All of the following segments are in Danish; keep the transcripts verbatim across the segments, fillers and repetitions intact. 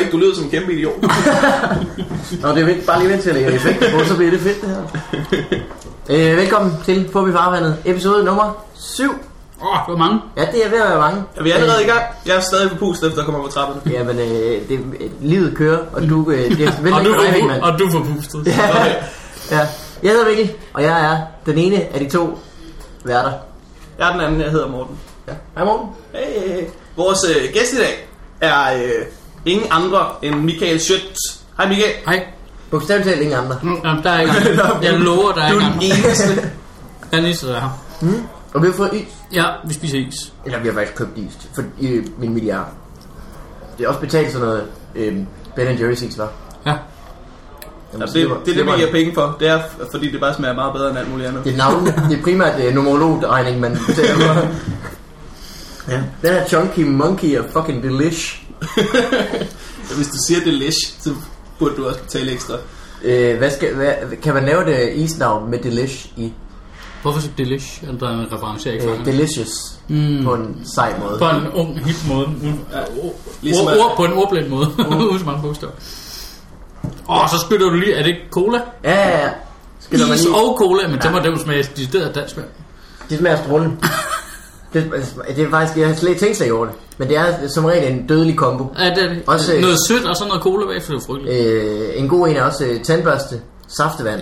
ikke, du lyder som en kæmpe idiot. Nå, det er vigtigt. Bare lige vent til at lægge effekter på, så bliver det fedt det her. øh, Velkommen til Fubi Farvandet, episode nummer syv. Åh, oh, hvor mange? Ja, det er ved at være mange. Er vi allerede i gang? Jeg er stadig på pust, efter at komme op på trapperne. Ja, men øh, det, livet kører, og du... Øh, det er og, du dig, får, og du får pustet. Ja. Okay. Ja. Jeg hedder Mikkel, og jeg er den ene af de to værter. Jeg er den anden, jeg hedder Morten. Ja. Hej Morten. Hey, hey, hey. Vores øh, gæst i dag er øh, ingen andre end Michael Schødt. Hej Michael. Hej. Bogstaveligt talt ingen andre. Mm, jamen, der er ikke andre. Jeg lover, der er ikke andre. Du er den eneste. Jeg er den eneste, der er her. Mm. Og vi har fået is. Ja, vi spiser is. Eller vi har faktisk købt is for i min milliard. Det er også betalt sådan noget øh, Ben and Jerry's is, var. Ja. Jamen, det, det, det er det, vi giver penge for. Det er, fordi det bare smager meget bedre end alt muligt andet. Det er navnet. Det er primært uh, numerologregning, man betaler for. Ja. Den her Chunky Monkey er fucking delish. Hvis du siger delish, så burde du også betale ekstra. Øh, hvad skal, hvad, kan man lave det isnavn med delish i? Hvorfor så delish? Er der en reference, jeg ikke øh, Delicious. Mm. På en sej måde. På en ung, hip måde. Ja, ligesom ord, ord, på en ordblind måde. Uden så mange bogstaver. Åh, oh, så spytter du lige. Er det ikke cola? Ja, ja, ja. Is lige... og cola, men ja. Det må det smage decideret dansk med. Det smager strålende. det, det er faktisk, jeg har slet ikke tænkt sig over det. Men det er som regel en dødelig kombo. Ja, det er det. Også, noget sødt og så noget cola bagefter, det er frygteligt. Øh, en god en er også øh, tandbørste, saftevand.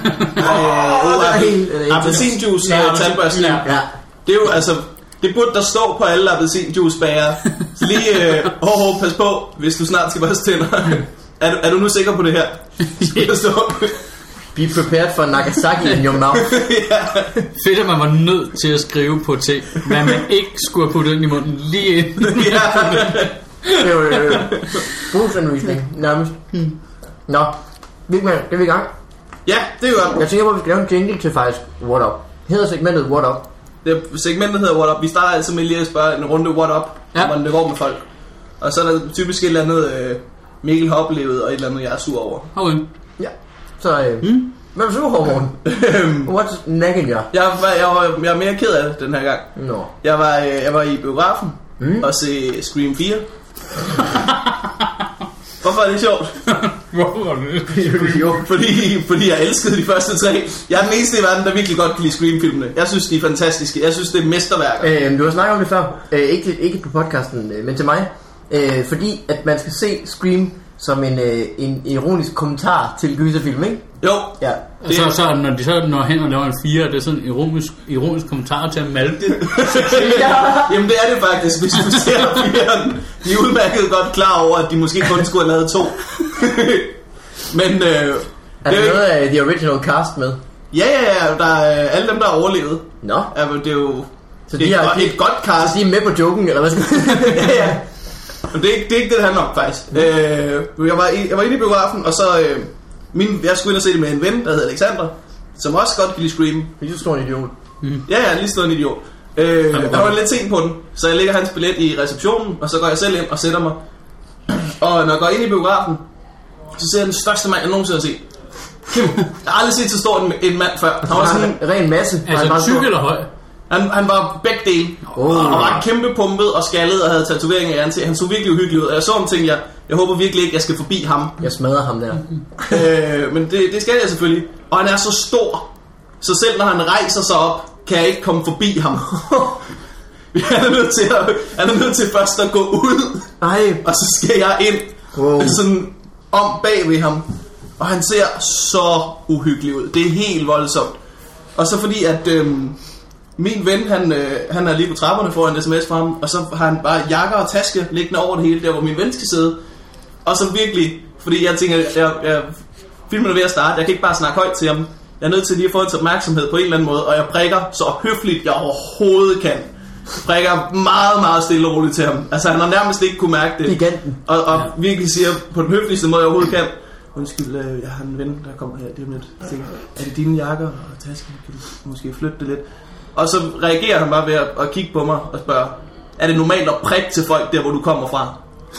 Appelsinjuice og tandbørste. Ja. Det er jo altså... Det burde der stå på alle appelsinjuicebager. Så lige, øh, hov, hov, pas på, hvis du snart skal børste tænder. Er du, er du nu sikker på det her? Yes. Be prepared for Nagasaki in your mouth. Ja. Fedt, at man var nødt til at skrive på ting, hvad man ikke skulle have puttet ind i munden lige inden. Ja. Det er jo øh, brugsanvisning nærmest. Hmm. Nå, Vigman, det er vi i gang. Ja, det er jo godt. Jeg tænker på, at vi skal lave en jingle til faktisk What Up. Hedder segmentet What Up. Det segmentet hedder What Up. Vi starter altså med lige at spørge en runde What Up, ja. Hvordan det går med folk. Og så er der typisk et eller andet øh, Mikkel har oplevet, og et eller andet jeg er sur over. Okay. Ja. Så øh, hmm? hvad er du sur over, Morten? What's nagging you? Jeg var, jeg, var, jeg er mere ked af det den her gang. No. Jeg var, øh, jeg var i biografen mm. og se Scream fire. Hvorfor er det sjovt? Hvorfor er det jo, fordi, fordi jeg elskede de første tre. Jeg er den eneste i verden, der virkelig godt kan lide Scream-filmene. Jeg synes, de er fantastiske. Jeg synes, det er mesterværker. Øh, du har snakket om det før. Øh, ikke, ikke på podcasten, men til mig. Øh, fordi at man skal se Scream som en, øh, en ironisk kommentar til gyserfilm, ikke? Jo. Ja. Og så, så når de så når hen og laver en fire, det er sådan en ironisk, ironisk kommentar til at malke det. Ja. Jamen det er det faktisk, hvis du ser firen. De er udmærket godt klar over, at de måske kun skulle have lavet to. Men øh, er der det er noget af the original cast med? Ja, ja, ja. Der er alle dem, der har overlevet. Nå. Ja, det er jo så det de er har, et, et godt cast. Så de er med på joken, eller hvad skal ja, ja. Men det er, ikke, det er ikke det, det handler om, faktisk. Mm. Øh, jeg, var i, jeg var inde i biografen, og så... Øh, min, jeg skulle ind og se det med en ven, der hedder Alexander, som også godt kan lide Scream. Lige så stor en idiot. Mm. Ja, ja, lige så stor en idiot. Øh, der var lidt sent på den, så jeg lægger hans billet i receptionen, og så går jeg selv ind og sætter mig. Og når jeg går ind i biografen, så ser jeg den største mand, jeg nogensinde har set. Kim. Jeg har aldrig set så stor en, en mand før. Han var sådan en ren masse. Altså tyk eller høj? Han, han var begge dele, oh. og var kæmpe pumpet og skaldet og havde tatoveringer i ansigt. Han så virkelig uhyggelig ud, og jeg så ham og tænkte, jeg, jeg håber virkelig ikke, jeg skal forbi ham. Jeg smadrer ham der. øh, men det, det skal jeg selvfølgelig. Og han er så stor, så selv når han rejser sig op, kan jeg ikke komme forbi ham. han, er nødt til at, han er nødt til først at gå ud, Ej. og så skal jeg ind wow. sådan om bag ved ham. Og han ser så uhyggelig ud. Det er helt voldsomt. Og så fordi at... Øhm, min ven, han, øh, han er lige på trapperne, får en sms fra ham, og så har han bare jakker og taske liggende over det hele, der hvor min ven skal sidde. Og så virkelig, fordi jeg tænker, jeg, jeg, filmen er ved at starte, jeg kan ikke bare snakke højt til ham. Jeg er nødt til lige at få hans opmærksomhed på en eller anden måde, og jeg prikker så høfligt, jeg overhovedet kan. Jeg prikker meget, meget stille og roligt til ham. Altså han har nærmest ikke kunne mærke det. Giganten. Og, og virkelig siger på den høfligste måde, jeg overhovedet kan. Undskyld, jeg har en ven, der kommer her lige om lidt. Jeg tænker, er det dine jakker og tasken? Kan du måske flytte det lidt? Og så reagerer han bare ved at, at kigge på mig og spørge, er det normalt at prikke til folk der, hvor du kommer fra?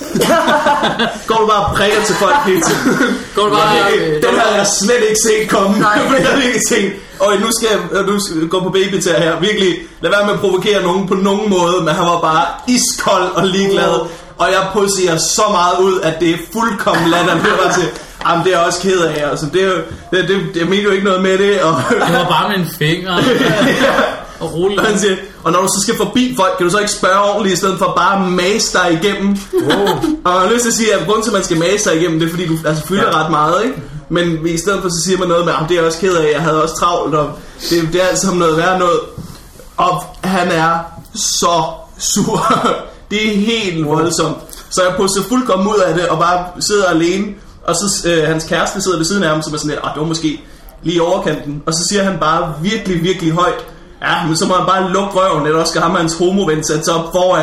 Går du bare og prikker til folk hele tiden? Går du bare, ja, det, den havde jeg slet ikke set komme. Nej. Jeg havde ikke tænkt, og nu skal jeg nu skal jeg gå på babytær her. Virkelig, lad være med at provokere nogen på nogen måde, men han var bare iskold og ligeglad. Og jeg poserer så meget ud, at det er fuldkommen latterligt. Det var til, jamen det er jeg også ked af. Altså, det er jo, det, det, jeg mener jo ikke noget med det. Og det var bare med en finger. Og rulle. Og, han siger, og når du så skal forbi folk, kan du så ikke spørge ordentligt, i stedet for bare at mase dig igennem. Oh. Og jeg har lyst til at sige, at grunden til, at man skal mase dig igennem, det er fordi, du altså, fylder ja. ret meget, ikke? Men i stedet for, så siger man noget med, at det er jeg også ked af, jeg havde også travlt, og det, det er altså noget værd noget. Og han er så sur. Det er helt wow. voldsomt. Så jeg pusser fuldkommen ud af det, og bare sidder alene. Og så øh, hans kæreste sidder ved siden af ham, som er sådan lidt, ah, det var måske lige overkanten. Og så siger han bare virkelig, virkelig højt, ja, men så må han bare lukke røven, eller også skal ham og hans homoven sætte sig op foran.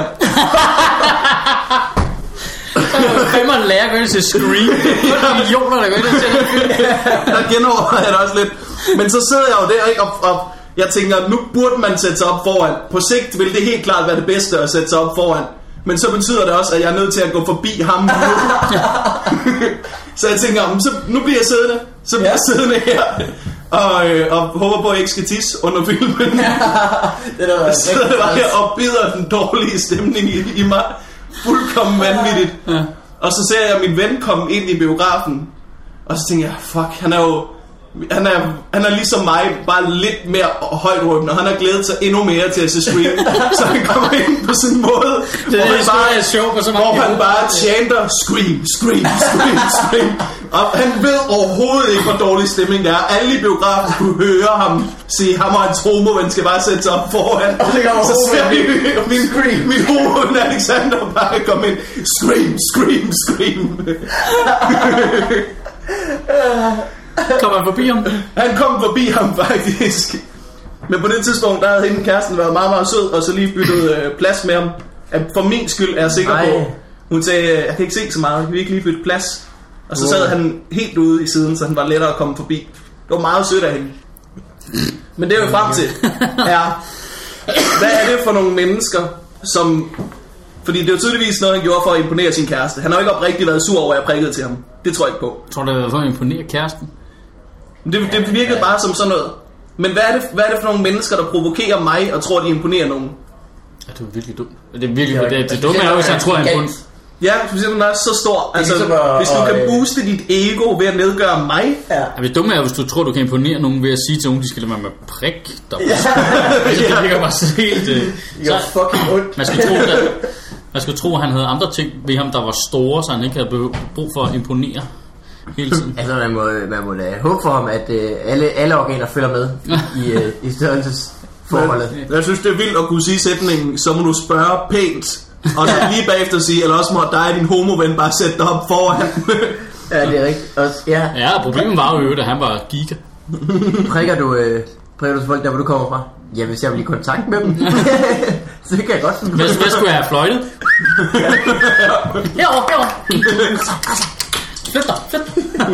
Så kan man lære at gå ind til Scream. Det er millioner, der går ind til det. Der genovervejer jeg det også lidt. Men så sidder jeg jo der, ikke, og, og jeg tænker, nu burde man sætte sig op foran. På sigt vil det helt klart være det bedste at sætte sig op foran. Men så betyder det også, at jeg er nødt til at gå forbi ham nu. Så jeg tænker, så nu bliver jeg siddende. Så bliver jeg siddende her. Og, øh, og håber på, at jeg ikke skal tisse under filmen. Det der var så sidder jeg bare her og bider den dårlige stemning i, i mig. Fuldkommen vanvittigt. Ja. Og så ser jeg min ven komme ind i biografen. Og så tænker jeg, fuck, han er jo Han er, han er ligesom mig, bare lidt mere højtryggen, og han har glædet sig endnu mere til at se Scream. Så han kommer ind på sådan en måde, det hvor, er han bare, sjov, hvor, hvor han bare chanter Scream, Scream, Scream, Scream. Og han ved overhovedet ikke, hvor dårlig stemning det er. Alle i biografen kunne høre ham sige, ham og hans homo, man skal bare sætte sig op foran. Så ser vi min, min homo, Alexander, bare komme ind. Scream, Scream, Scream. Kom han forbi ham? Han kom forbi ham faktisk. Men på det tidspunkt, der havde hende kæresten været meget, meget sød, og så lige byttet øh, plads med ham. For min skyld er jeg sikker Ej. på. Hun sagde, jeg kan ikke se så meget, kan vi ikke lige bytte plads? Og så sad han helt ude i siden, så han var lettere at komme forbi. Det var meget sødt af hende. Men det er jo frem til er, hvad er det for nogle mennesker, som... Fordi det er jo tydeligvis noget, han gjorde for at imponere sin kæreste. Han har jo ikke oprigtigt været sur over, at jeg prikkede til ham. Det tror jeg ikke på. Tror du, det var for at imponere kæresten? Det, det virkede bare som sådan noget. Men hvad er, det, hvad er det for nogle mennesker, der provokerer mig og tror, de imponerer nogen? Ja, det er virkelig dumt. Det er virkelig det, det, det dumme er jo, hvis han tror, han kun... Ja, hvis den er så stor. Altså, hvis du kan booste dit ego ved at nedgøre mig. Ja. Ja, det dumme er, hvis du tror, du kan imponere nogen ved at sige til nogen, de skal lade være med prik. Der ja. Det virker bare så helt... Så, fucking ondt. Man skal tro, at, man skal tro, at han havde andre ting ved ham, der var store, så han ikke havde brug for at imponere hele tiden. Altså, man må, man må da håbe for ham, at uh, alle, alle organer følger med i, uh, i størrelsesforholdet. Jeg synes, det er vildt at kunne sige sætningen, så må du spørge pænt. Og så lige bagefter sige, eller også må dig og din homoven bare sætte dig op foran. Ja, det er rigtigt. Og, ja. ja, problemet var jo, at han var giga. Prikker du, øh, prikker du til folk der, hvor du kommer fra? Ja, hvis jeg vil i kontakt med dem. Så kan jeg godt finde. Hvad, hvad skulle jeg have fløjtet? Herovre, herovre. Flyt dig, flyt dig.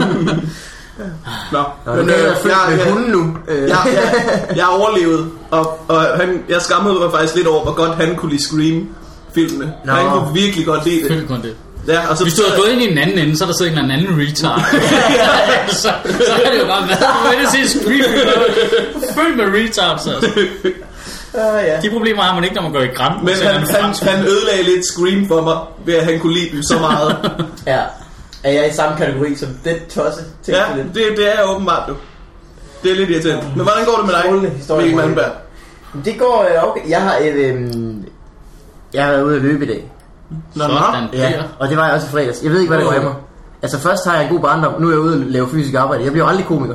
Nå, Nå men, øh, jeg, jeg, jeg, hunden nu. jeg, jeg, jeg overlevede, og, og han, jeg skammede mig faktisk lidt over, hvor godt han kunne lide Scream filmene. No. Han kunne virkelig godt lide det. det. Ja, og så hvis du havde gået ind i en anden ende, så er der siddet en eller anden retard. så, så er det jo bare været. Du vil ikke se Scream. Følg med retards, altså. Uh, ja. De problemer har man ikke, når man går i græn. Men han, han, han ødelagde lidt Scream for mig, ved at han kunne lide dem så meget. Ja. Er jeg i samme kategori som den tosse? Ja, det, det er åbenbart du. Det er lidt irriterende. Men hvordan går det med dig, Mikkel Malmberg? Det går okay. Jeg har et, øhm, jeg har været ude at løbe i dag. Nå, nå. Ja, og det var jeg også i fredags. Jeg ved ikke, hvad det går af mig. Altså først har jeg en god barndom. Nu er jeg ude og lave fysisk arbejde. Jeg bliver aldrig komiker.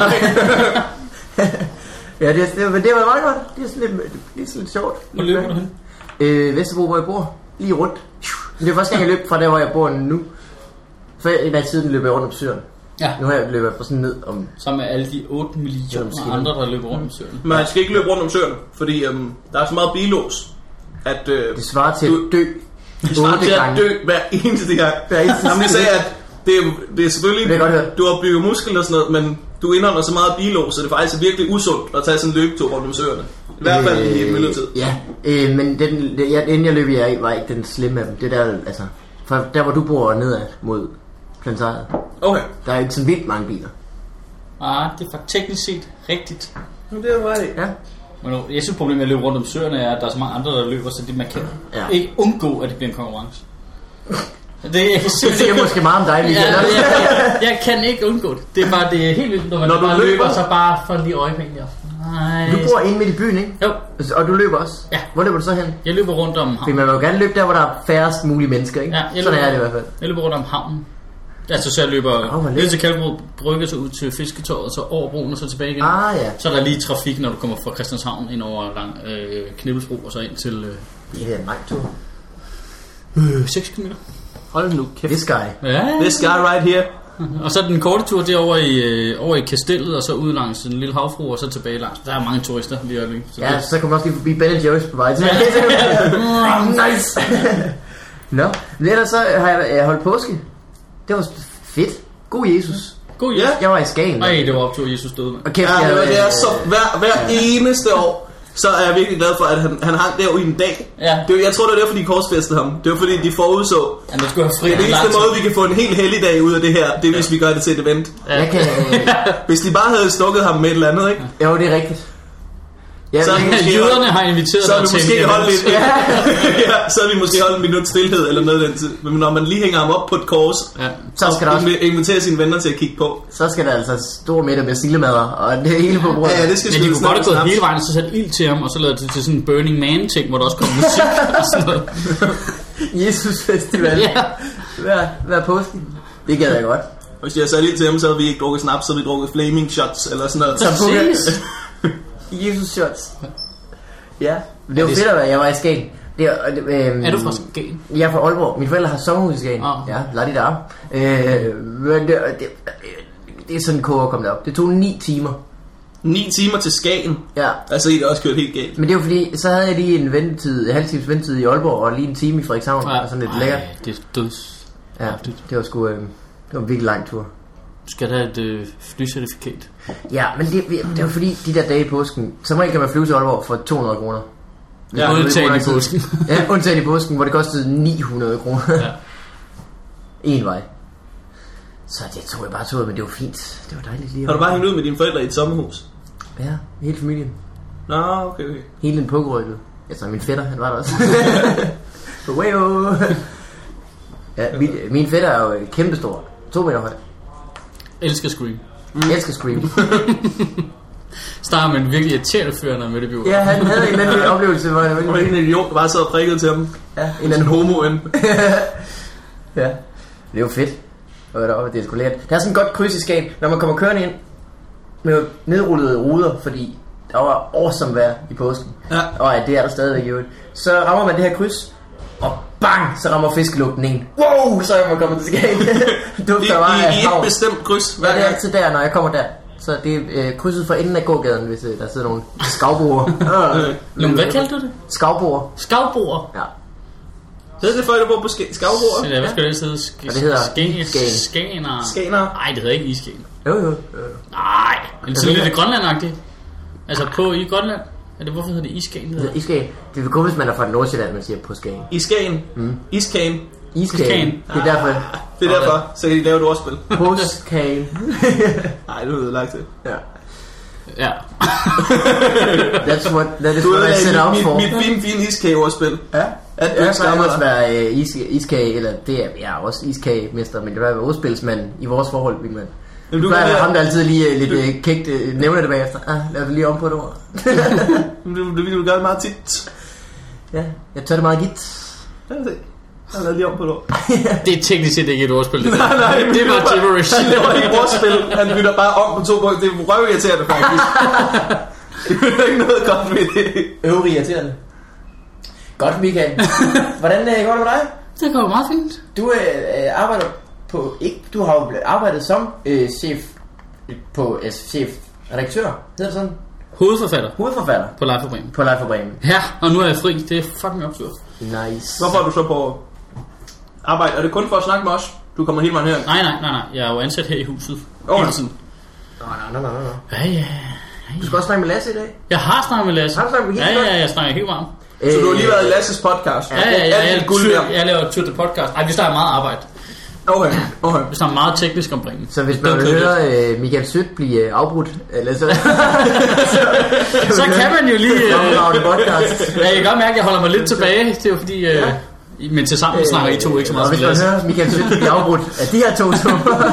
Ja, det, det, men det var meget godt. Det er sådan lidt, det er sådan lidt sjovt. Hvor løber du hen? Øh, Vesterbro, hvor jeg bor. Lige rundt. Det er første gang, jeg løb fra der, hvor jeg bor nu. For i den tiden løber jeg rundt om Søren. Ja. Nu har jeg løbet fra sådan ned om... Sammen med alle de otte millioner andre, der løber rundt om Søren. Men man skal ikke løbe rundt om Søren, fordi øhm, der er så meget billås, at... Øh, det svarer til du, at dø. Det svarer til at dø hver eneste gang. Hver eneste gang. sagde, at det er, det er selvfølgelig... Det er du har bygget muskler og sådan noget, men du indånder så meget billås, så det er faktisk virkelig usundt at tage sådan en løbetur rundt om Søerne. I hvert fald øh, i et midlertid. Ja, øh, men den, den, jeg, inden jeg løb, jeg var ikke den slemme af dem. Det der, altså... For der, hvor du bor nedad mod... Plantaret. Okay. Der er ikke så vildt mange biler. Ah, det er faktisk teknisk set rigtigt. Men det er jo rigtigt. Ja. Men jeg synes problemet med at løbe rundt om Søerne er, at der er så mange andre, der løber, så det man kan ja. ikke undgå, at det bliver en konkurrence. Det er det er måske meget om dig, Michael. Ja, jeg, jeg, jeg kan ikke undgå det. Det er bare det er helt vildt, når man når bare løber, løber, så bare for lige øjepenge. Du bor inde midt i byen, ikke? Jo. Og du løber også? Ja. Hvor løber du så hen? Jeg løber rundt om havnen. Fordi man vil jo gerne løbe der, hvor der er færrest mulige mennesker, ikke? Ja, sådan er det i hvert fald. Jeg løber rundt om havnen. Altså så jeg løber oh, ned til Kalvebro Brygge, så ud til Fisketåret, så over broen og så tilbage igen. Ah, ja. Så er der lige trafik, når du kommer fra Christianshavn ind over lang øh, Knibbelsbro og så ind til... Øh, ja, det er en lang tur. Øh, seks kilometer. Hold nu kæft. This guy. Ja. This guy right here. Og så den korte tur derovre i, øh, over i Kastellet, og så ud langs en lille havfru, og så tilbage langs. Der er mange turister lige øjeblik. Så ja, det... så kommer også lige forbi Ben and Jerry's på vej til. Nice! Nå, men ellers så har jeg, jeg holdt påske. Det var fedt. God Jesus. God Jesus. Jeg var i Skagen. Nej, det var op til Jesus døde. Og kæft, ja, jeg, det, det er så hver, hver eneste år. Så er jeg virkelig glad for, at han, han hang der i en dag. Ja. Det, jeg tror, det var derfor, de korsfæstede ham. Det var fordi, de forudså. Ja, du skulle have fri. Det er den eneste måde, vi kan få en helt helligdag ud af det her. Det er, hvis ja. vi gør det til et event. Ja. Jeg kan, øh... Hvis de bare havde stukket ham med et eller andet, ikke? Jo, det er rigtigt. Ja, så jøderne har inviteret så dig til måske holdt lidt, ja. ja, så har vi måske holdt en minut stillhed eller noget den tid. Men når man lige hænger ham op på et kors, ja. så skal der også invitere sine venner til at kigge på. Så skal der altså store middag med sildemader og det hele på bordet. Ja, ja, det skal. Men de kunne godt have gået hele vejen og så sat ild til ham og så lavet det til sådan en Burning Man ting, hvor der også kom musik og sådan noget. Jesus Festival. Ja. Hver, hver påske. Det gad jeg godt. Hvis jeg sagde lige til ham, så havde vi ikke drukket snaps, så havde vi drukket flaming shots eller sådan noget. Så Jesus shots. Ja, det var fedt at være. Jeg var i Skagen. Det er, øh, er du fra Skagen? Jeg er fra Aalborg. Mine forældre har sommerhus i Skagen. Oh. Ja, lad det der. Øh, men det, det, det er sådan en koge at komme derop. Det tog ni timer. Ni timer til Skagen? Ja. Altså, I er også kørt helt galt. Men det var fordi, så havde jeg lige en ventetid, en halv times ventetid i Aalborg, og lige en time i Frederikshavn. Ja. Og sådan lidt Ej, lækkert. det er døds. Ja, det var sgu, øh, det var en virkelig lang tur. Du skal da have et øh, flycertifikat. Ja, men det, det var fordi, de der dage i påsken, som regel kan man flyve til Aalborg for to hundrede kroner. Ja, undtagen i påsken. Ja, undtagen i påsken, hvor det kostede ni hundrede kroner. Ja. En vej. Så det tog jeg bare tog, men det var fint. Det var dejligt lige. Har du bare hængt ud med dine forældre i et sommerhus? Ja, hele familien. Nå, okay, okay. Hele den pågerykket. Altså min fætter, han var der også. Wow. Ja, min, min fætter er jo kæmpestor. To meter høj. Elsker Scream. Mm. Jeg elsker Scream. Starter med en virkelig irriterende fyr, når med det blev. Ja, han havde en anden oplevelse, hvor han var en idiot, der bare sad og prikkede til ham. Ja, en anden homoen. Ja, det var fedt. Og deroppe, det er sgu lært. Der er sådan et godt kryds i Skagen, når man kommer kørende ind med nedrullede ruder, fordi der var awesome vejr i påsken. Ja. Og ja, det er der stadigvæk jo. Så rammer man det her kryds, og bang, så rammer fiskelugten en. Wow, så er man kommet til Skagen. Dufter bare af I, i et bestemt kryds. Hvad ja, det er altid der, når jeg kommer der. Så det er øh, krydset for enden af gågaden, hvis øh, der sidder nogle skavboer. Jamen, hvad kaldte du det? Skavboer. Skavboer? Ja. Hedder det folk, der bor på skavboer? Ja, hvad skal det hedde? Sk- det hedder Skagener. Skagener? Nej, det hedder ikke Iskagen. Jo, jo. Nej, men så er det Grønland-agtigt. Altså på i Grønland. Er det, hvorfor hedder det Iskagen? Det hedder Iskagen. Det er kun, hvis man er fra Nordsjælland, man siger på Skagen. Iskagen? Mm. Iskagen? Iskagen. Det er derfor. Det er derfor, så kan de lave et ordspil. Påskagen. Nej, det er lagt til. Ja. Ja. That's what, that is what I set out for. Mit fine, fine iskage-ordspil. Ja. At jeg skal også være uh, is, iskage, eller det er jeg er også iskagemester, men det var ordspilsmand i vores forhold, vil man. Du plejer at ham, der altid lige uh, lidt uh, kægt uh, nævner det bagefter. Ah, lad det lige om på et ord. Det vil du gøre meget tit. Ja, jeg tør det meget gitt. Ja, det jeg lavede lige om på et ord. Det er teknisk set ikke et ordspil. Det, nej, nej, det, det var gibberish. Han laver ikke et ordspil. Han bytter bare om på to punkter. Det er røvirriterende faktisk. Det er ikke noget godt ved det. Øvrig irriterende. Godt, Michael. Hvordan uh, går det med dig? Det går meget fint. Du uh, arbejder på ikke. Du har jo arbejdet som uh, chef på uh, chef redaktør. Hedder det sådan? Hovedforfatter. Hovedforfatter. På Live for Bremen. På Live for Bremen. Ja, og nu er jeg fri. Det er fucking absurd. Nice. Hvorfor er du så på arbejde? Er det kun for at snakke med os? Du kommer hele vejen her. Nej, nej, nej, nej. Jeg er jo ansat her i huset. Åh, oh, nej, nej, nej, nej. Ja, ja. Du skal også snakke med Lasse i dag. Jeg har snakket med Lasse. Har du snakket med Ja, ja, ja, jeg snakker helt varmt. Så du har lige været i Lasses podcast? Ja, ja, ja. Jeg, jeg, jeg laver Twitter podcast. Ej, vi snakker meget arbejde. Okay, okay. Vi snakker meget teknisk om Bremen. Så hvis man vil høre uh, Michael Sødt blive uh, afbrudt, eller så, så, så kan man jo lige... Uh, podcast. Ja, jeg kan godt mærke, at jeg holder mig lidt tilbage. Det er jo fordi... Uh, Men til sammen snakker I to ikke så meget. Og hvis man hører Michael Sødt blive afbrudt af de her to to.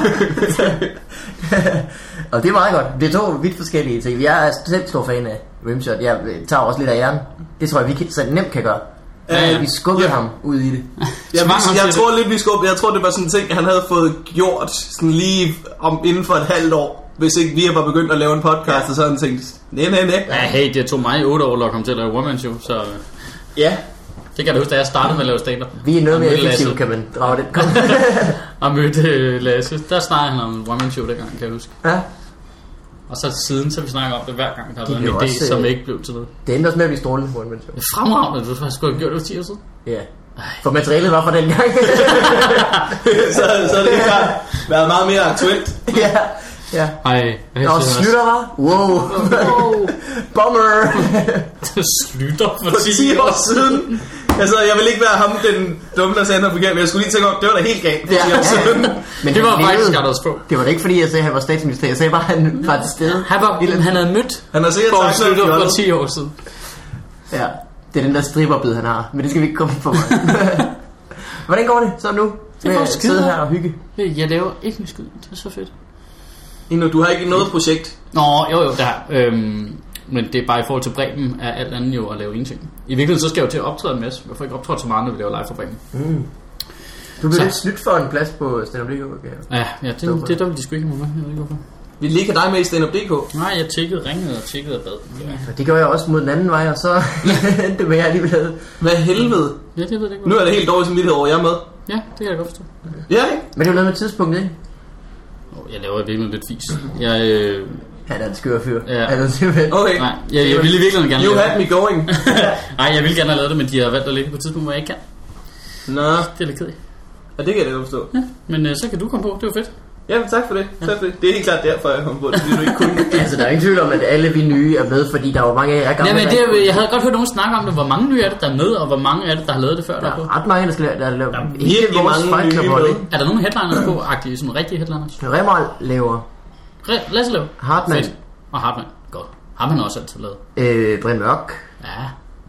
Og det er meget godt. Det er to vidt forskellige ting. Jeg er selv stor fan af Rimshot. Jeg tager også lidt af æren. Det tror jeg, vi kan, så nemt kan gøre. Ja, vi skubbede ja. ham ud i det. Ja, vi, jeg tror lidt, vi skubbede. Jeg tror, det var sådan en ting, han havde fået gjort sådan lige om, inden for et halvt år. Hvis ikke vi var begyndt at lave en podcast, ja. og så havde han tænkt, nej, nej, nej. Ja, hey, det tog mig otte år at komme til at lave Woman Show, så... Ja. Det kan du huske, da jeg startede med at lave stand-up. Vi er noget mere effektive, kan man drage det. Og mødte Lasse. Der snakkede han om Woman Show dengang, kan jeg huske. Ja. Og så siden, så vi snakker om det hver gang, der har været en idé, også, som ikke blev til noget. Det endte også med at blive strålende på en show. Det er fremragende, du skulle have gjort det for ti år siden. Ja. For materialet var fra den gang. så, så er det ikke bare været meget mere aktuelt. Ja. Ja. Ej, og Slytter var? Wow. wow. Bummer. Slytter for ti år siden. Altså, jeg vil ikke være ham, den dumme, der sagde noget forkert, men jeg skulle lige tænke om, det var da helt galt. Ja. Men det var det faktisk Anders på. Det var da ikke, fordi jeg sagde, at han var statsminister. Jeg sagde bare, at han var til stede. Han, var, han havde mødt han har sikkert sagt Slytter for ti år siden. Ja, det er den der stripperbid, han har. Men det skal vi ikke komme på mig. Hvordan går det så nu? Det går skide sidde her og hygge. Jeg laver ikke en skid. Det er så fedt. Endnu, du har ikke noget projekt? Nå, jo jo, det har øhm, men det er bare i forhold til Bremen, er alt andet jo at lave ingenting. I virkeligheden så skal jeg jo til at optræde en masse. Jeg får ikke optræde så meget, når vi laver live for Bremen. Mm. Du bliver lidt snydt for en plads på stand up punktum d k. Ja, ja, det, det, det er der, de sgu ikke med mig. Jeg ved ikke hvorfor. Vi ligger dig med i stand up punktum d k. Nej, jeg tjekkede, ringede og tjekkede og bad. Ja, for det gør jeg også mod den anden vej, og så endte det med, jeg alligevel havde. Hvad helvede? Ja, det ved jeg ikke. Nu er det helt dårligt som lidt over, jeg er med. Ja, det kan jeg godt forstå. Ja, ikke? Men det er jo noget med tidspunkt, ikke? Jeg laver virkelig lidt fis. Jeg... Øh... Han er en skør fyr. Ja. Han er simpelthen... Okay. Nej, jeg, jeg ville virkelig gerne You lave had me going. Nej, jeg ville gerne have lavet det, men de har valgt at lægge på et tidspunkt, hvor jeg ikke kan. Nå. Det er lidt kedeligt. Ja, det kan jeg da forstå. Ja, men øh, så kan du komme på. Det var fedt. Ja, tak for det. Ja. Tak for det. Det er helt klart derfor, jeg kom på det. Fordi du ikke kunne. Altså, der er ingen tvivl om, at alle vi nye er med, fordi der er jo mange af jer gamle. Ja, men det, jeg havde godt hørt nogen snakke om det. Hvor mange nye er det, der er med, og hvor mange er det, der har lavet det før? Der der er ret mange, der skal lave. Der er lavet. Virkelig mange nye med. Er der nogle headliners på, agtige, sådan rigtige headliners? Remal laver. Re- Lasse laver. Hartmann. Fedt. Og Hartmann. Godt. Har man også altid lavet. Øh, Brind Mørk. Ja.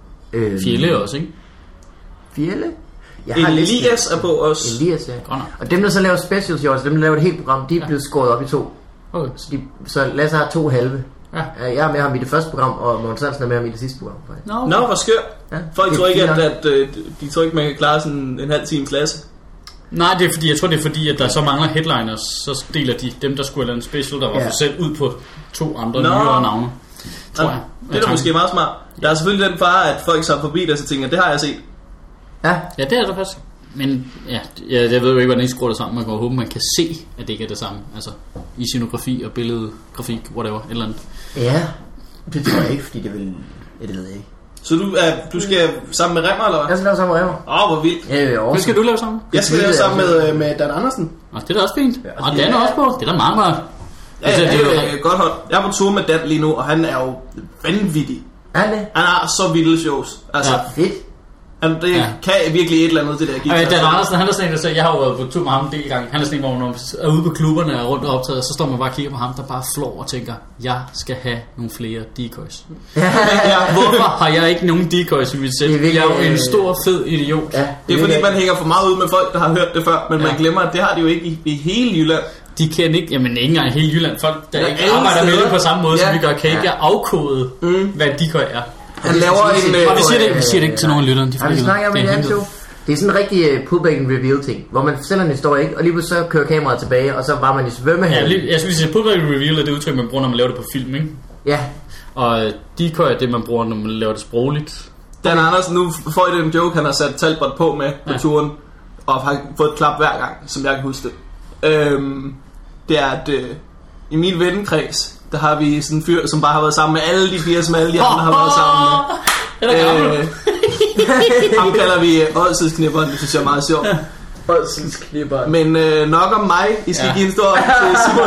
Øh, Fjelle også, ikke? Fjelle? Jeg har Elias er på os. Elias, ja. Godt. Og dem, der så laver specials, jo, altså dem, der laver et helt program, de er ja. blevet skåret op i to. Okay. Så, de, så Lasse har to halve. Ja. Jeg er med ham i det første program, og Måns Hansen er med ham i det sidste program. Nå, okay. Nå, hvor skør. Ja. Folk tror ikke, at, at, at de tror ikke, man kan klare sådan en halv times Lasse. Nej, det er fordi, jeg tror det er fordi, at der så mangler headliners. Så deler de dem, der skulle have en special, der var ja. for selv ud på to andre nyere navne. Tror ja. jeg. Det er da måske meget smart. Der er selvfølgelig den fare, at folk så forbi der, så tænker, det har jeg set. Ja, ja, det er der faktisk. Men ja, jeg, jeg ved jo ikke, hvordan I skruer det sammen. Man kan håbe, man kan se, at det ikke er det samme. Altså i scenografi og billedgrafik, whatever, et eller andet. Ja, det tror jeg ikke, fordi det vil... Ja, det ved jeg ikke. Så du, er, du skal sammen med Remmer, eller hvad? Jeg skal lave sammen med Remmer. Åh, oh, hvor vildt. Ja, ja, hvad skal du lave sammen? Jeg skal lave sammen med, med Dan Andersen. Og det er da også fint. Ja, og Dan er også på. Det er da meget godt. Ja, ja, det er jo godt hold. Jeg er på tur med Dan lige nu, og han er jo vanvittig. Er det? Han har så vilde shows. Altså, ja, fedt. Han, det ja. kan virkelig et eller andet, det der guitar. Ja, Dan Andersen, han er sådan en, der siger, jeg har jo været på tur med ham en del gange. Han er sådan en, hvor man er ude på klubberne og rundt og optaget, så står man bare og kigger på ham, der bare flår og tænker, jeg skal have nogle flere decoys. Ja. Ja, hvorfor har jeg ikke nogen decoys i mit sæt? Jeg er jo en stor, fed idiot. Ja, det er fordi, man hænger for meget ud med folk, der har hørt det før, men ja. man glemmer, at det har de jo ikke i, i hele Jylland. De kan ikke, jamen ikke engang i hele Jylland. Folk, der ja, ikke arbejder med det på samme måde, ja. som vi gør, kan ikke ja. afkode, mm. hvad en decoy er. Han laver en... Og vi siger det ikke, vi siger det ikke til nogen lytterne. Ja, vi snakker om en anden show. Det er sådan en rigtig uh, pullback and reveal ting, hvor man sender en historie, ikke? Og lige pludselig så kører kameraet tilbage, og så var man i svømmehallen. Ja, jeg skulle sige, pullback and reveal er det udtryk, man bruger, når man laver det på film, ikke? Ja. Og decoy er det, man bruger, når man laver det sprogligt. Dan Andersen, nu får I den joke, han har sat Talbot på med på ja. turen, og har fået et klap hver gang, som jeg kan huske det. Øhm, det er, at øh, i min vennekreds, der har vi sådan en fyr, som bare har været sammen med alle de fire, som alle de andre har været sammen med. Øh, ham kalder vi Oldsidsknipperen, det synes jeg er meget sjovt. Oldsidsknipperen. Men øh, nok om mig, I skal ja. give en stor til Simon.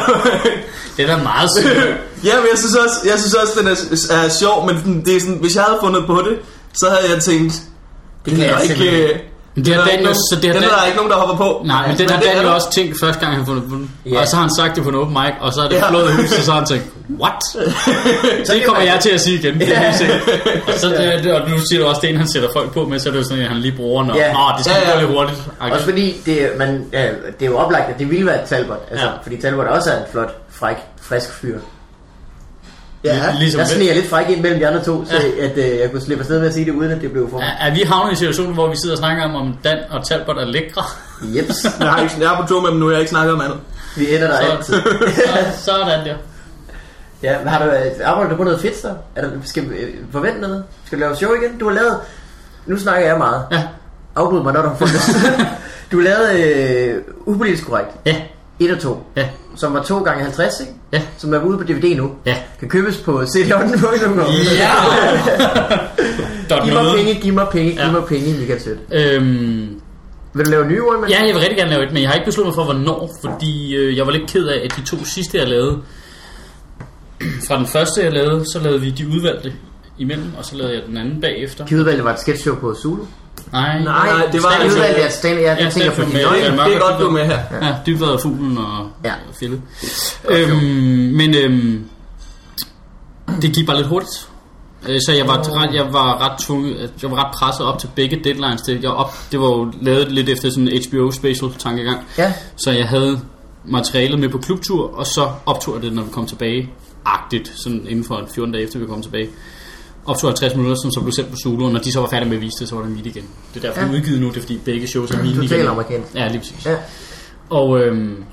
Det er da meget sjovt. Ja, men jeg synes også, jeg synes også den er, er sjov, men det er sådan, hvis jeg havde fundet på det, så havde jeg tænkt, det, det, er, ikke, Det er Daniel, nogen, så det er den Dan... er der ikke nogen, der hopper på. Nej, men den har Daniel også tænkt første gang, han fundet på den. Yeah. Og så har han sagt det på en open mic, og så er det ja. flået hus, og så har han tænkt, what? Det kommer jeg til at sige igen. Det er helt sikkert. Og, så, det, og nu siger du også, det er en, han sætter folk på med, så er det jo sådan, at han lige bruger, når yeah. Åh, det skal ja, ja. gå lidt hurtigt. Okay. Også fordi, det, man, ja, det er jo oplagt, at det ville være Talbot. Altså, ja. Fordi Talbot også er en flot, fræk, frisk fyr. Ja, ligesom der sniger jeg lidt fræk ind mellem de andre to, så ja. at øh, jeg kunne slippe afsted med at sige det, uden at det blev for mig. Er, er vi havnet i en situation, hvor vi sidder og snakker om, om Dan og Talbot er lækre? Jeps. jeg, har ikke, jeg er på tur med dem nu, jeg har ikke snakket om andet. Vi ender der så, altid. så, sådan der. Ja, men har du arbejdet du på noget fedt så? Er der, skal vi forvente noget? Skal du lave show igen? Du har lavet, nu snakker jeg meget. Ja. Afbryd mig, når du har fundet det. Du har lavet øh, Upolitisk Korrekt. Ja. et og to. Ja. Som var to gange halvtreds, ikke? Ja. Som er ude på D V D nu. Ja. Kan købes på c d otten punktum com. Ja! Giv mig penge, giv mig penge, giv ja. mig penge, Michael Sødt. Øhm... Vil du lave nye ord? Ja, jeg vil rigtig gerne lave et, men jeg har ikke besluttet mig for, hvornår. Fordi øh, jeg var lidt ked af, at de to sidste, jeg lavede... Fra den første, jeg lavede, så lavede vi de udvalgte imellem, og så lavede jeg den anden bagefter. De udvalgte var et sketchshow på Zulu? Nej, nej, nej, det var det udvalgte, at stand, jeg ja, tænker på med, de nøje. Det er godt, du er med her. Ja, ja Dybvad og Fuglen og ja. Fjellet. Øhm, men øhm, det gik bare lidt hurtigt. Så jeg var, ret, jeg var ret tvunget, jeg var ret presset op til begge deadlines. Det, jeg op, det var jo lavet lidt efter sådan en H B O special tankegang. Ja. Så jeg havde materialet med på klubtur, og så optog jeg det, når vi kom tilbage. Agtigt, sådan inden for fjorten dage efter vi kom tilbage. Optog halvtreds minutter, som så blev sendt på Zulu, og når de så var færdige med at vise det, så var det en video igen. Det er derfor, ja. det er udgivet nu, det er fordi begge shows er mini igen. Total amerikansk. Ja, lige præcis. Ja. Og, øhm,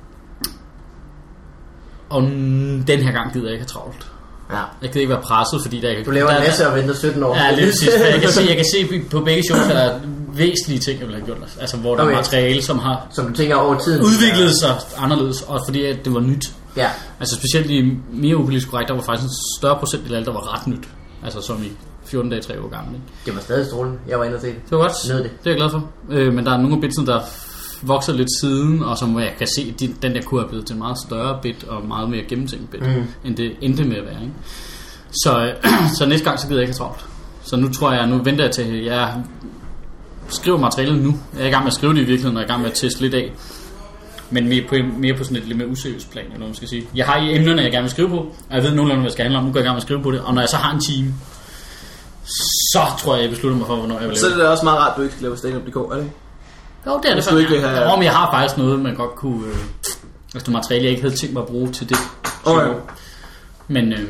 og den her gang gider jeg ikke have travlt. Ja. Jeg gider ikke være presset, fordi der... Du laver der, en masse og venter sytten år. Ja, lige præcis. Jeg kan se, jeg kan se på begge shows, at der er væsentlige ting, jeg vil have gjort. Altså, hvor der okay. er materiale, som har... Som du tænker over tiden. Udviklet sig anderledes, og fordi at det var nyt. Ja. Altså specielt i mere Upolitisk Korrekt, der var faktisk en større procent af alt, der var ret nyt. Altså som i fjorten dage, tre år gammel. Ikke? Det var stadig strålende. Jeg var inde og se det. Det var godt. Nød det. Det er jeg glad for. Øh, men der er nogle af bitsene, der vokser lidt siden, og som jeg kan se, de, den der kunne have blevet til en meget større bit, og meget mere gennemtænkt bit, mm. end det endte med at være. Ikke? Så, så næste gang, så gider jeg ikke have travlt. Så nu tror jeg, nu venter jeg til, jeg skriver materialet nu. Jeg er i gang med at skrive det i virkeligheden, og jeg er i gang med at teste lidt af. Men mere på, mere på sådan et lidt mere useriøst plan, eller hvad man skal sige. Jeg har i emnerne, jeg gerne vil skrive på, og jeg ved nogenlunde, hvad jeg skal handle om. Nu går jeg i gang med at skrive på det, og når jeg så har en time, så tror jeg, jeg beslutter mig for, hvornår jeg vil lave. Så er det da også meget rart, at du ikke skal lave stand up punktum d k, er det ikke? Jo, det er det faktisk. Ja. Have... Om jeg har faktisk noget, man godt kunne... Øh, altså materiale, jeg ikke havde tænkt mig at bruge til det. Okay. Men... Øh,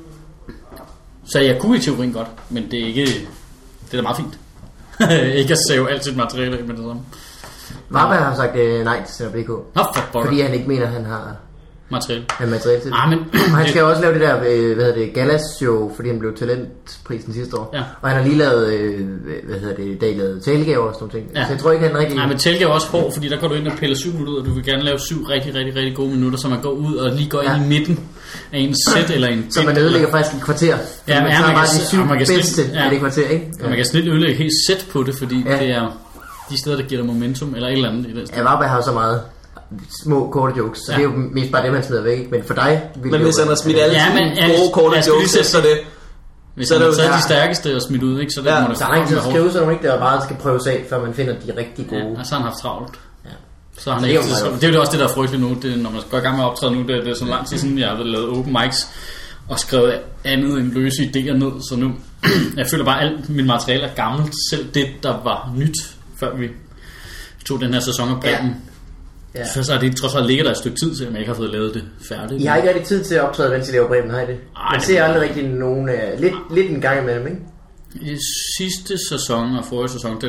så jeg kunne i teorien godt, men det er ikke... Det er da meget fint. Ikke at save alt sit materiale med det samme. Varberg har sagt øh, nej til stand up punktum d k. Nå, fuck, fordi han ikke mener, at han har materiale. Han materiale til det. Ah, men, og han skal jo også lave det der, øh, hvad hedder det, Galas-show, fordi han blev talentprisen sidste år. Ja. Og han har lige lavet, øh, hvad hedder det, dag lavet talegaver og sådan nogle ting. Ja. Så jeg tror ikke, han rigtig... Nej, men talegaver er også hård, fordi der går du ind og piller syv minutter ud, og du vil gerne lave syv rigtig, rigtig, rigtig gode minutter, så man går ud og lige går ja. ind i midten af en sæt eller en... Så man ødelægger eller... faktisk et kvarter. Ja, man ja, tager man bare kan, de syv man kan bedste snit, ja. af det kvarter, ikke? Ja. Og man kan snit ødelægge helt sæt på det, fordi ja. det er de steder, der giver dig momentum, eller et eller andet i den sted. Ja, Varberg har jo så meget små korte jokes, så ja. det er jo mest bare det, man smider væk, ikke? Men for dig vil men hvis han har smidt alle ja, men, ja, gode korte jokes efter det, hvis så er det jo ja. de stærkeste at smidt ud, ikke? Så det ja, må det så er der ikke til at skrive sådan, ikke? Det er meget, der skal prøves af, før man finder de rigtig gode. Ja, og så har han haft travlt. Ja. Så han det, ikke, så, det er jo også det, der er frygteligt nu, det, når man går i gang med at optræde nu, det, det er så lang tid siden, jeg har lavet open mics, og skrevet andet end løse idéer ned, så nu, jeg føler bare, at alt mit materiale er gammelt, selv det, der var nyt, før vi tog den her sæson af Bremen. Ja. Så, så er det trods alt ligger der et stykke tid til, at jeg ikke har fået lavet det færdigt. Jeg har ikke rigtig tid til at optræde, mens I laver Bremen, har I det? Ej, jeg ser aldrig rigtig nogen, uh, lidt, lidt en gang imellem, ikke? I sidste sæson og forrige sæson, der,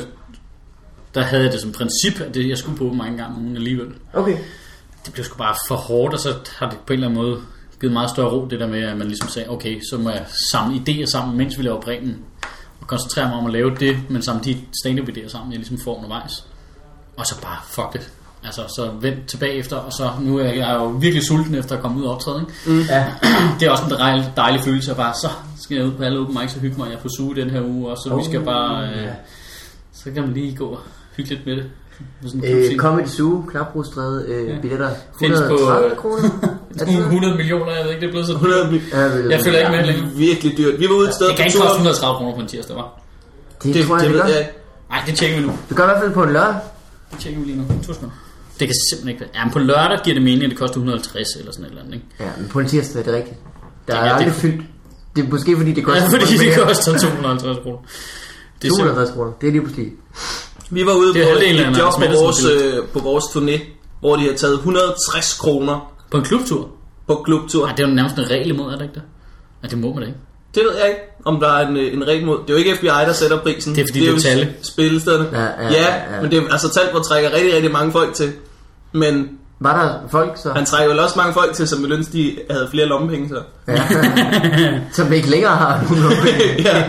der havde jeg det som princip, at det, jeg skulle på mange gange alligevel. Okay. Det blev sgu bare for hårdt, og så har det på en eller anden måde givet meget større ro, det der med, at man ligesom sagde, okay, så må jeg samle idéer sammen, mens vi laver Bremen, og koncentrere mig om at lave det, men samtidig stand-up idéer sammen, jeg ligesom får undervejs. Og så bare, fuck det. Altså, så vent tilbage efter, og så nu er jeg, jeg er jo virkelig sulten efter at komme ud og optræde, ikke? Mm. Ja. Det er også en dejlig, dejlig følelse, at bare, så skal jeg ud på alle open mics og hygge mig, jeg er på suge den her uge, og så oh, vi skal bare, øh, ja. Så kan man lige gå og hygge lidt med det. Øh, Comedy Zoo, Knapbrugstræde, øh, ja. Billetter, hundrede og tredive kroner. hundrede millioner, jeg ved ikke, det er blevet så dyrt. Ja, jeg føler ikke med længere. Virkelig dyrt. Vi var ude et sted det kan ikke koste hundrede og tredive kroner på en tirsdag, var? Det, det tror jeg, det, det gør. Nej, det tjekker vi nu. Det gør i hvert fald på en lørdag. Det tjekker vi lige nu. Tusind. Det kan simpelthen ikke være. Ja, men på lørdag giver det mening, at det koster et hundrede og halvtreds eller sådan et eller andet, ikke? Ja, men på en tirsdag er det rigtigt. Der ja, er aldrig det... fyldt. Det er måske fordi det koster... Ja, fordi det koster to hundrede og halvtreds kroner. to hundrede og halvtreds kroner, det er lige pludselig. Vi var ude på et job på vores, øh, på vores turné, hvor de har taget et hundrede og tres kroner. På en klubtur? På klubtur. Ja, det er jo nærmest en regel imod, er det ikke det? Ja, det må man da ikke. Det ved jeg ikke, om der er en, en regel mod. Det er jo ikke F B I, der sætter prisen. Det er fordi, det er, det er jo spillestederne. Ja, ja, ja, ja, men det er altså Talbot trækker rigtig, rigtig mange folk til. Men var der folk så? Han trækker vel også mange folk til, som ville ønske, de havde flere lommepenge så. Ja. Som ikke længere har nogen lommepenge. Ja.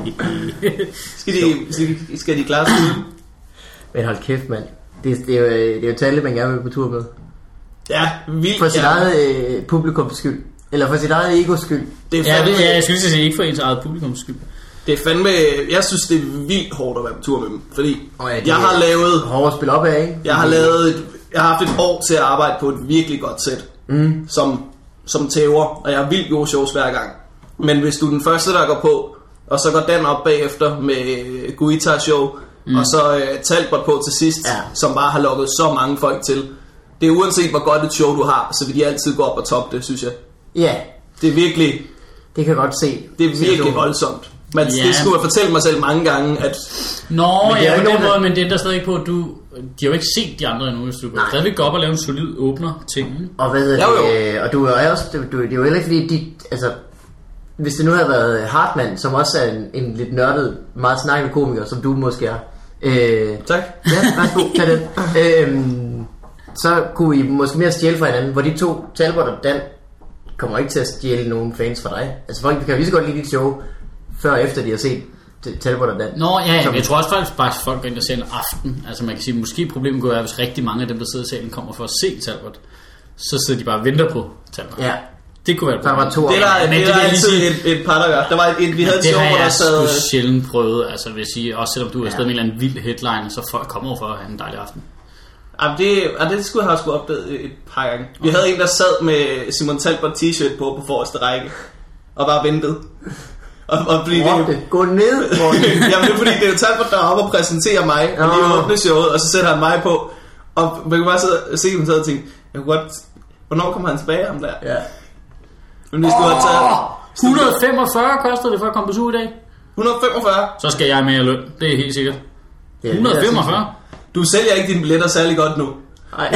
Skal de, skal, skal de klare sig ud? Men hold kæft, mand. Det, det, er jo, det er jo tallet, man gerne vil på tur med. Ja, vildt. For sit ja. eget øh, publikums skyld. Eller for sit eget egos skyld. Det er fandme, ja, det, ja, jeg synes, det er ikke for ens eget publikums skyld. Det er fandme, jeg synes, det er vildt hårdt at være på tur med dem. Fordi oh ja, jeg har lavet... Hårdt at spille op af, ikke? Jeg har lavet... Et, jeg har haft et år til at arbejde på et virkelig godt sæt. Mm. Som, som tæver. Og jeg har vildt gode shows hver gang. Men hvis du er den første, der går på, og så går den op bagefter med Guitar Show, mm. og så uh, Talbot på til sidst, ja. Som bare har lukket så mange folk til. Det er uanset hvor godt et show du har, så vil de altid gå op og toppe det, synes jeg. Ja. Det er virkelig... Det kan jeg godt se. Det er virkelig voldsomt. Men ja. Det skulle jeg fortælle mig selv mange gange, at... Nå, ja, på den måde, men det ændrer stadig ikke på, at du... De har jo ikke set de andre endnu, hvis du kan stadigvæk gå op og lave en solid åbner ting. Og hvad hedder det? Og du er også... Du, det er jo heller ikke fordi, de... Altså, hvis det nu havde været Hartmann, som også er en, en lidt nørdet, meget snakkende komiker, som du måske er. Øh, tak. Ja, værsgo, tag den. Øh, så kunne I måske mere stjæle fra hinanden, hvor de to, Talbot og Dan, kommer ikke til at stjæle nogen fans fra dig. Altså folk kan jo lige så godt lide dit show, før og efter de har set Talbot og Dan. Nå ja, ja, jeg tror også faktisk bare, at folk går ind og ser en aften. Altså man kan sige, måske problemet kunne være, hvis rigtig mange af dem, der sidder i salen, kommer for at se Talbot, så sidder de bare og venter på Talbot. Ja. Det kunne være der var to. Det der, det, det, det er altid et, et par der gør. Der var et, et vi havde et show, hvor der sad. Det har jeg sjældent prøvet. Altså vil jeg sige, også selvom du er afsted med en eller anden vild headline, så folk kommer for at have en dejlig aften. Ja, det, ja, det skulle jeg have sgu opdaget et par gange. Vi okay. havde en der sad med Simon Talbot t-shirt på på forreste række og bare ventede. Og, og fordi det, det gå ned. Jamen det er fordi det er jo Talbot der er oppe og præsenterer mig og lige åbne showet, og så sætter han mig på. Og man kan bare sidde og se dem sidde og tænke, jeg kunne godt, hvornår kommer han tilbage ham der? Ja. Men vi skulle oh, have taget et hundrede og femogfyrre koster det for at komme på suge i dag. et hundrede og femogfyrre. Så skal jeg med i løn, det er helt sikkert. et hundrede og femogfyrre. Du sælger ikke dine billetter særlig godt nu. Ej,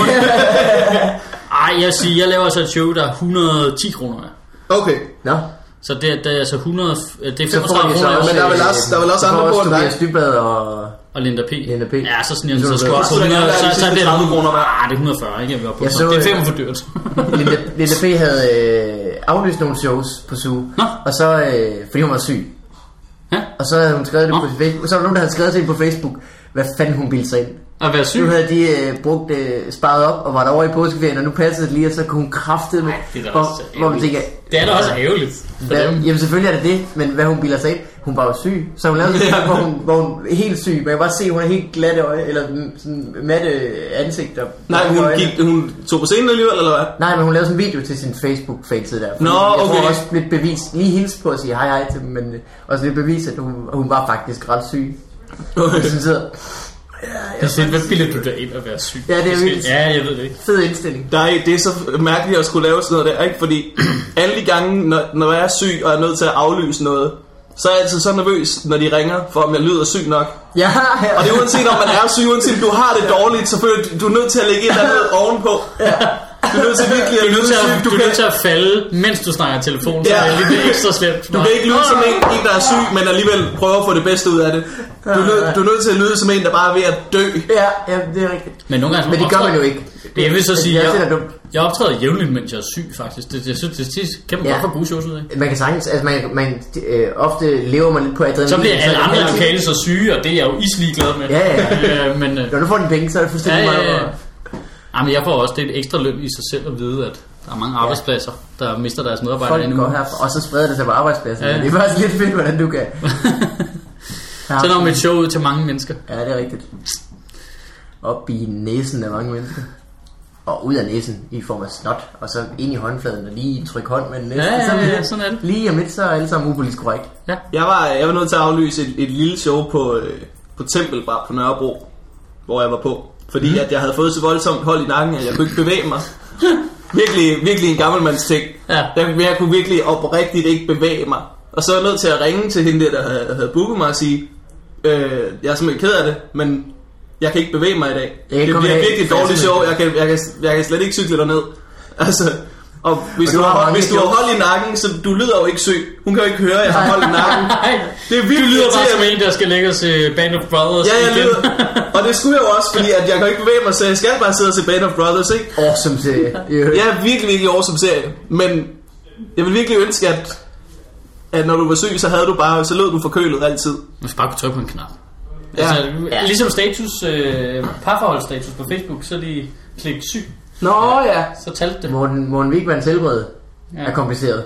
Ej jeg siger, jeg laver altså et show, der er et hundrede og ti kroner. Okay. Nå. Så det, det er altså hundrede, det er femogtredive kroner. Men der er vel også, der er vel også andre på dig. Stybad og... Og Linda P. Linda P. Ja, så sådan en, så skal også hundrede, så, så er det tredive kroner. Ah, det er et hundrede og fyrre, ikke? Jeg på. Så, det er fem for dyrt. Linda, Linda P havde øh, aflyst nogle shows på Zoo. Nå? Og så, øh, fordi hun var syg. Ja? Og så havde hun skrevet det Nå? på Facebook. Så var der nogen, der havde skrevet det på Facebook. Hvad fanden hun bildte sig ind. At være syg? Nu havde de øh, brugt, øh, sparet op og var der over i påskeferien, og nu passede det lige, og så kunne hun kraftede med. Det er da også ærgerligt. Det er da også ærgerligt. Jamen selvfølgelig er det det, men hvad hun bilder sig ind, hun var jo syg. Så hun lavede sådan en, hvor, hun, hvor hun er helt syg, men jeg kan bare se, at hun er helt glatte øje, eller sådan matte ansigt. Nej, hun, gik, hun tog på scenen alligevel, eller hvad? Nej, men hun lavede sådan en video til sin Facebook-fanside der. Nå, jeg okay. tror også lidt bevis, lige hilse på at sige hej hej til dem, men også lidt bevis, at hun, hun var faktisk ret syg. Okay. Så sidder, ja, jeg synes, hvad bilder du der ind at være syg? Ja, det er vildt. Ja, jeg ved det ikke. Fed indstilling. Der er, det er så mærkeligt at skulle lave sådan noget der, ikke? Fordi alle de gange, når, når jeg er syg og er nødt til at aflyse noget, så er jeg altid så nervøs, når de ringer, for om jeg lyder syg nok. Ja, ja. Og det er uanset om man er syg, uanset om du har det dårligt, selvfølgelig du er nødt til at lægge et eller andet ovenpå. Ja. Du er nødt til virkelig at lyde syg. Du, du er nødt til at falde, mens du snakker i telefon, så ja. Er det lidt ekstra slemt. Du kan ikke lyde som en, en, der er syg, men alligevel prøver at få det bedste ud af det. Du er, nød, du er nødt til at lyde som en, der bare er ved at dø. Ja, ja, det er rigtigt. Men nogle gange, men det gør man jo ikke. Det, jeg vil så sige, jeg, jeg optræder jævnligt, mens jeg er syg, faktisk. Det, jeg synes, det, det kan man ja. godt få gode shows ud af. Man kan sagtens, altså man, man øh, ofte lever man lidt på adrenalin. Så bliver alle så andre lokale så syge, og det er jeg jo islig glad med. Ja, ja. øh, men, øh, når du får den penge, så er det fuldstændig ja, meget. Ja, ja. Jamen, jeg får også det et ekstra løn i sig selv at vide, at der er mange arbejdspladser, der mister deres medarbejdere endnu. Folk går herfra, og så spreder det sig på arbejdspladsen. Ja. Det er faktisk lidt fedt, hvordan du kan. Så når man et show ud til mange mennesker. Ja, det er rigtigt. Op i næsen af mange mennesker. Og ud af næsen i form af snot. Og så ind i håndfladen og lige tryk hånd med den næste. Ja, ja, ja, sådan er det. Lige om lidt, så er alle sammen upolitisk korrekt. Ja. Jeg var, jeg var nødt til at aflyse et, et lille show på, på Tempelbar på Nørrebro, hvor jeg var på. Fordi mm. at jeg havde fået så voldsomt hold i nakken, at jeg kunne ikke bevæge mig. Virkelig, virkelig en gammelmands ting. Ja. Jeg, jeg kunne virkelig oprigtigt ikke bevæge mig. Og så er jeg nødt til at ringe til hende der, der havde, havde booket mig og sige, øh, jeg er simpelthen ked af det, men jeg kan ikke bevæge mig i dag. Det bliver virkelig dårligt sjov. Jeg kan, jeg, kan, jeg kan slet ikke cykle derned. Altså, og hvis og du, du har, hvis du har hold i nakken, så du lyder jo ikke syg. Hun kan jo ikke høre, at jeg har hold i nakken. Det er virkelig, du lyder bare som en, der skal lægge os i Band of Brothers. Ja, jeg lyder. Og det skulle jeg jo også, fordi at jeg kan ikke bevæge mig, så jeg skal bare sidde og se Band of Brothers, ikke? Awesome serie. Ja, virkelig, virkelig awesome serie. Men jeg vil virkelig ønske, at, at når du var syg, så havde du bare, så lød du forkølet altid. Man skal bare kunne trykke på en knap. Ja. Altså, ja. Ligesom status, øh, parforholdsstatus på Facebook, så er de klikket syg. Nå ja. Så talte det. Morten, Morten Wigmans helbred ja. er kompliceret.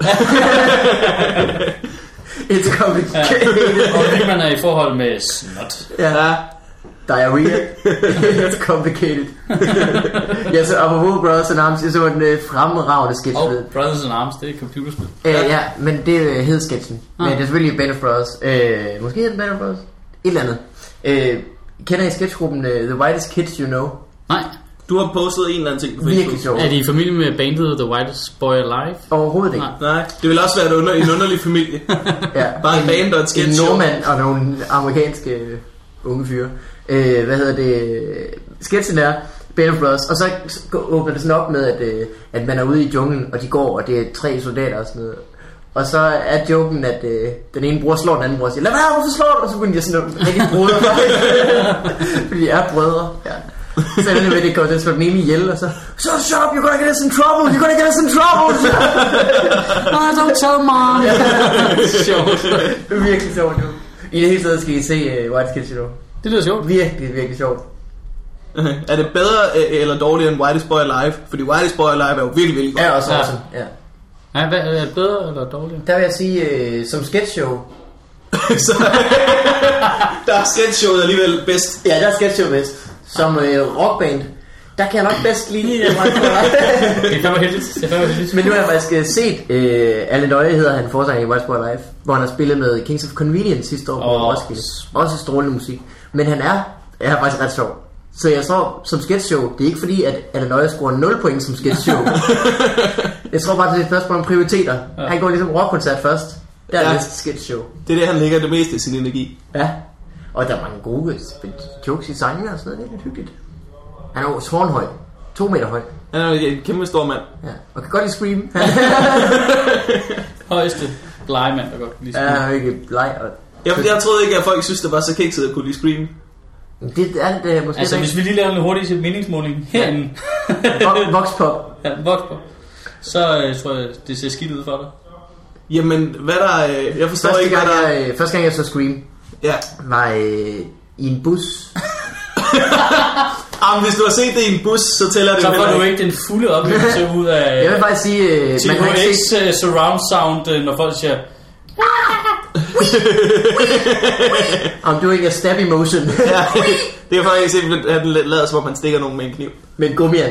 It's complicated. Ja. Og Wigman er i forhold med snot. Ja. Diarrhea. It's complicated. Ja, så apropos Brothers in Arms, jeg så en uh, fremragende sketch. Og oh, Brothers in Arms, det er computerspil. Uh, ja, men det uh, hed sketchen. Ah. Men det er selvfølgelig Band of Brothers. Uh, måske hed den Band of Brothers. Et eller andet. Uh, kender I sketchgruppen uh, The Whitest Kids You Know? Nej. Du har postet en eller anden ting på Facebook. Virkelig sjovt. Er de i familie med bandet The Whitest Boy Alive? Overhovedet ikke. Nej, Nej det vil også være under, en underlig familie. Ja. Bare en band og et sketch. En nordmand og nogle amerikanske uh, unge fyre. Uh, hvad hedder det? Sketchen er Band of Brothers. Og så åbner det sådan op med, at, uh, at man er ude i junglen, og de går, og det er tre soldater og sådan noget. Og så er joken, at øh, den ene bror slår den anden bror og siger, lad være, hvorfor slår du? Og så kunne de sådan nogle rigtig brødre. Fordi de er brødre. Ja. Så er det med, det går til at slå den ene ihjel, og så, so shut up, you're gonna get us in trouble, you're gonna get us in trouble. No, don't tell mom. Sjovt. Det er virkelig sjovt, nu. I det hele taget skal I se uh, White Kids, you know. Det lyder sjovt. Virkelig, virkelig sjovt. Okay. Er det bedre eller dårligere end Whitest Boy Alive? Fordi Whitest Boy Alive er jo virkelig, virkelig godt. Ja, også awesome. Ja. Ja, hvad, er det bedre eller dårligere? Der vil jeg sige, øh, som sketchshow. Så, der er sketchshowet alligevel bedst. Ja, der er sketchshow bedst. Som øh, rockband, der kan jeg nok bedst lide. Det er fandme heldigt. Det er fandme heldigt. Men nu har jeg faktisk set, øh, Alan Nøje hedder han, forsanger i White Boy Live, hvor han har spillet med Kings of Convenience sidste år på oh. Roskilde. Også strålende musik. Men han er, er faktisk ret sjov. Så jeg tror, som sketchshow, det er ikke fordi, at Alan Nøje scorer nul point som sketchshow. Jeg tror bare, det er et spørgsmål om prioriteter. Ja. Han går ligesom rockkoncert først. Der er ja. næste sketchshow. Det er det, han lægger det meste af sin energi. Ja. Og der er mange gode jokes i sangene og sådan noget. Det er lidt hyggeligt. Han er jo tårnhøj. To meter høj. Han er en kæmpe stor mand. Ja. Og kan godt lide Scream. Højeste blege mand, der godt kan lide Scream. Ja, han er ikke bleg. Og... Jeg, jeg troede ikke, at folk synes, det var så kikset at kunne lide Scream. Det er det uh, måske. Altså, hvis vi lige laver en hurtig meningsmåling herinde. Voxpop. Ja, voxpop. Så uh, tror jeg, det ser skidt ud for dig. Jamen, hvad der... Uh, jeg forstår første ikke, gang, hvad der... Jeg, første gang jeg så Scream, ja. var uh, i en bus. Jamen, hvis du har set det i en bus, så tæller det så jo får du ikke den fulde oplevelse ud af... Jeg vil faktisk sige... Uh, T H X uh, surround sound, uh, når folk siger... I'm doing a stabby motion. Ja, det er faktisk simpelthen, at den lader som om man stikker nogen med en kniv. Med en gummiand.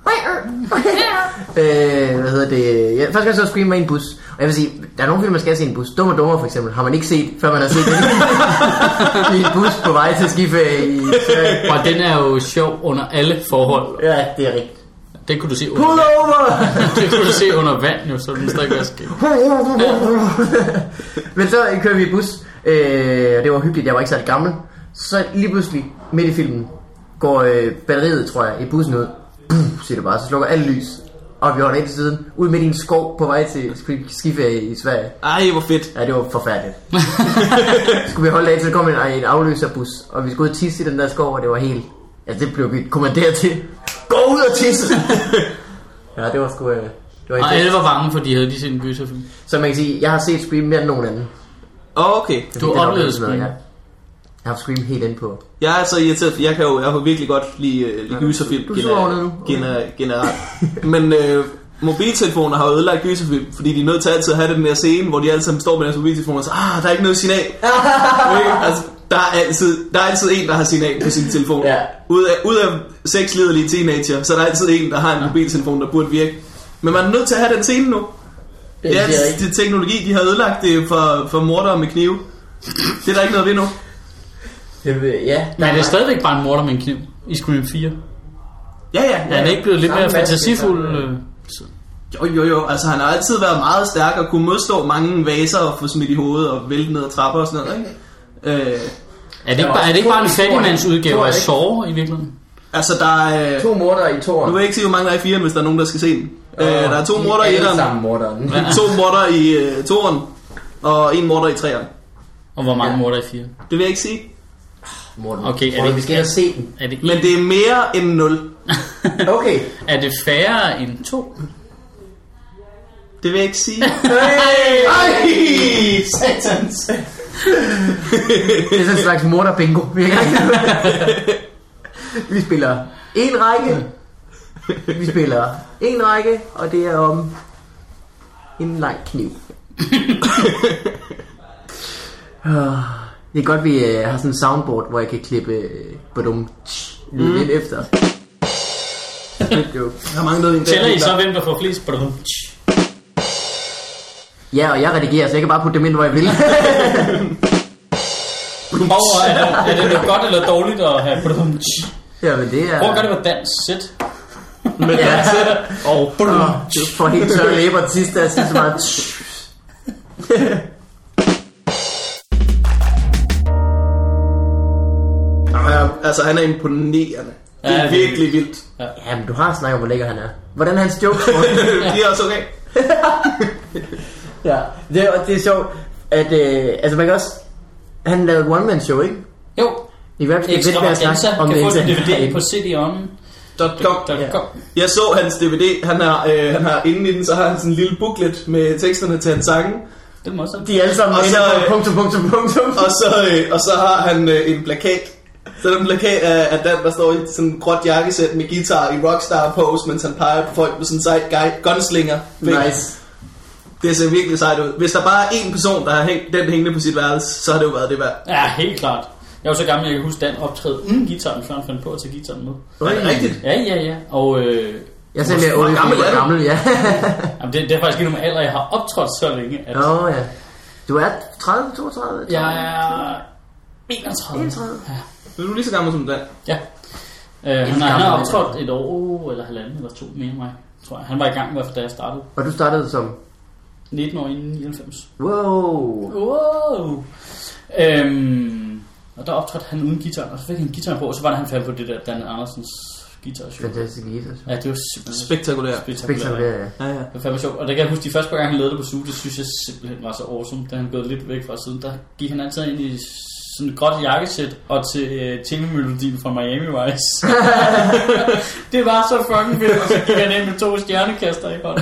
øh, hvad hedder det? Ja, første gang så Scream med en bus. Og jeg vil sige, der er nogle film man skal se i en bus. Dum og Dummer for eksempel har man ikke set, før man har set den i en bus på vej til skiferie i Sverige. Og den er jo sjov under alle forhold. Ja, det er rigtigt. Det kunne du se under Pull over! Det kunne du se under vand jo, så den stadig var sket. Men så kører vi i bus, øh, og det var hyggeligt, jeg var ikke særlig gammel. Så lige pludselig, midt i filmen, går øh, batteriet, tror jeg, i bussen ud. Puh, siger det bare, så slukker alle lys. Og vi holder ind til siden, ud midt i en skov på vej til skiferie i Sverige. Ej, hvor fedt. Ja, det var forfærdeligt. Skulle vi holde af, så kom en, en afløserbus, og vi skulle ud og tisse i den der skov, og det var helt... Altså det blev vi kommanderet til. Gå ud og tisse! Ja, det var sgu... Det var og alle var bange, for de havde lige set en gyserfilm. Så man kan sige, jeg har set Scream mere end nogen anden. Åh, oh, okay. Du har oplevet Scream? Ja. Jeg har Scream helt ind på. Jeg er så irriteret, for jeg kan jo, jeg kan virkelig godt lide, lide ja, gyserfilm du, du gener, gener, generelt. Men øh, mobiltelefoner har jo ødelagt gyserfilm, fordi de er nødt til altid at have den der scene, hvor de alle sammen står med deres mobiltelefoner og så ah, der er ikke noget signal. Altså, der er, altid, der er altid en, der har signal på sin telefon. Ja. Ud af, ud af seks liderlige teenager, så er der altid en, der har en mobiltelefon, der burde virke. Men man er nødt til at have den scene nu. Det er ja, det teknologi, de har ødelagt det for, for mordere med knive. Det er der ikke noget ved nu. Det, ja. Men det er stadigvæk bare en morder med en kniv i Scream fire. Ja, ja. Han er ikke blevet lidt mere fantasifuld. Øh, jo, jo, jo. Altså, han har altid været meget stærk og kunne modstå mange vaser og få smidt i hovedet og vælte ned ad trapper og sådan noget, ikke? Øh, er det ikke bare, er det ikke bare en fattigmands udgave af Saw i virkeligheden? Altså, der er... Øh, to morder i toren. Nu vil jeg ikke sige, hvor mange der er i fire, hvis der er nogen, der skal se den. Øh, der er to morder i etteren. To morder i øh, toren. Og en morder i treeren. Og hvor mange ja. morder i fire? Det vil jeg ikke sige. Morten. Okay, er det, vi skal have se den. Er det Men det er mere end nul. Okay. Er det færre end to? Det vil jeg ikke sige. Hey! Ej! Satans! Det er sådan en slags morder-bingo. Vi spiller en række. Vi spiller en række, og det er om en lang kniv. Det er godt, vi uh, har sådan en soundboard, hvor jeg kan klippe uh, badum lige lidt mm. efter. Jeg har mange noget i en tæller I så, hvem der får flest badum? Ja, og jeg redigerer, så jeg kan bare putte dem ind, hvor jeg vil. Og er det, er det noget godt eller dårligt at have badum? Ja, men det er... Prøv at gøre det på dans sæt. Med dans sæt. Og badum. Du får helt tørre læber til sidst, der er så meget... Altså, han er imponerende. Det er ja, virkelig vildt. Ja. Jamen, du har snakket om, hvor lækker han er. Hvordan er hans jokes? De er også okay. Ja, det er, det er sjovt, at øh, altså man kan også... Han lavede et one-man-show, ikke? Jo. I hvert fald Ekstra Vaganza kan få en D V D på city on punktum com. Jeg så hans D V D. Han har, øh, han har inde i den, så har han sådan en lille booklet med teksterne til hans sange. Det må også. De er alle sammen og så, på punktum, punktum, punktum. Og så, øh, og så har han øh, en plakat. Så den plakat af, af Dan, der står i sådan en gråt jakkesæt med guitar i rockstar pose, mens han peger på folk med sådan en sejt gunslinger. Nice. Det ser virkelig sejt ud. Hvis der bare er én person, der har hængt den hængende på sit værelse, så har det jo været det værd. Ja, helt klart. Jeg var så gammel, jeg kan huske Dan optræde uden guitaren, før han fandt på at tage guitaren med. Er det rigtigt? Ja, ja, ja. Og øh, jeg ser mere gammel, gammel, gammel, ja. Jamen, det, det er faktisk ikke nogen alder, jeg har optrådt så længe. At... Åh oh, ja. Du er tredive, toogtredive? Jeg er enogtredive. enogtredive? Ja. Så er du lige så gammel som Dan? Ja. Øh, han, han har optrådt et år eller halvanden eller to mere end mig, tror jeg. Han var i gang i hvert fald, da jeg startede. Og du startede som? nitten år inden nioghalvfems. Wow. Wow. Øhm, og der optrådte han uden guitar, og så fik han guitar på, og så var det, han faldt på det der Dan Andersens guitar-show. Fantastisk guitar-show. Ja, det var simpelthen spektakulært. Spektakulært, ja. Ja, ja. Det var fandme sjovt. Og der kan jeg huske, de første gang han lavede det på Zoo, det synes jeg simpelthen var så awesome. Da han gået lidt væk fra siden, der gik han altid ind i sådan et gråt jakkesæt og til uh, tv-melodien fra Miami Vice. Det var så fucking fedt, og så gik han ind med to stjernekaster i hånden.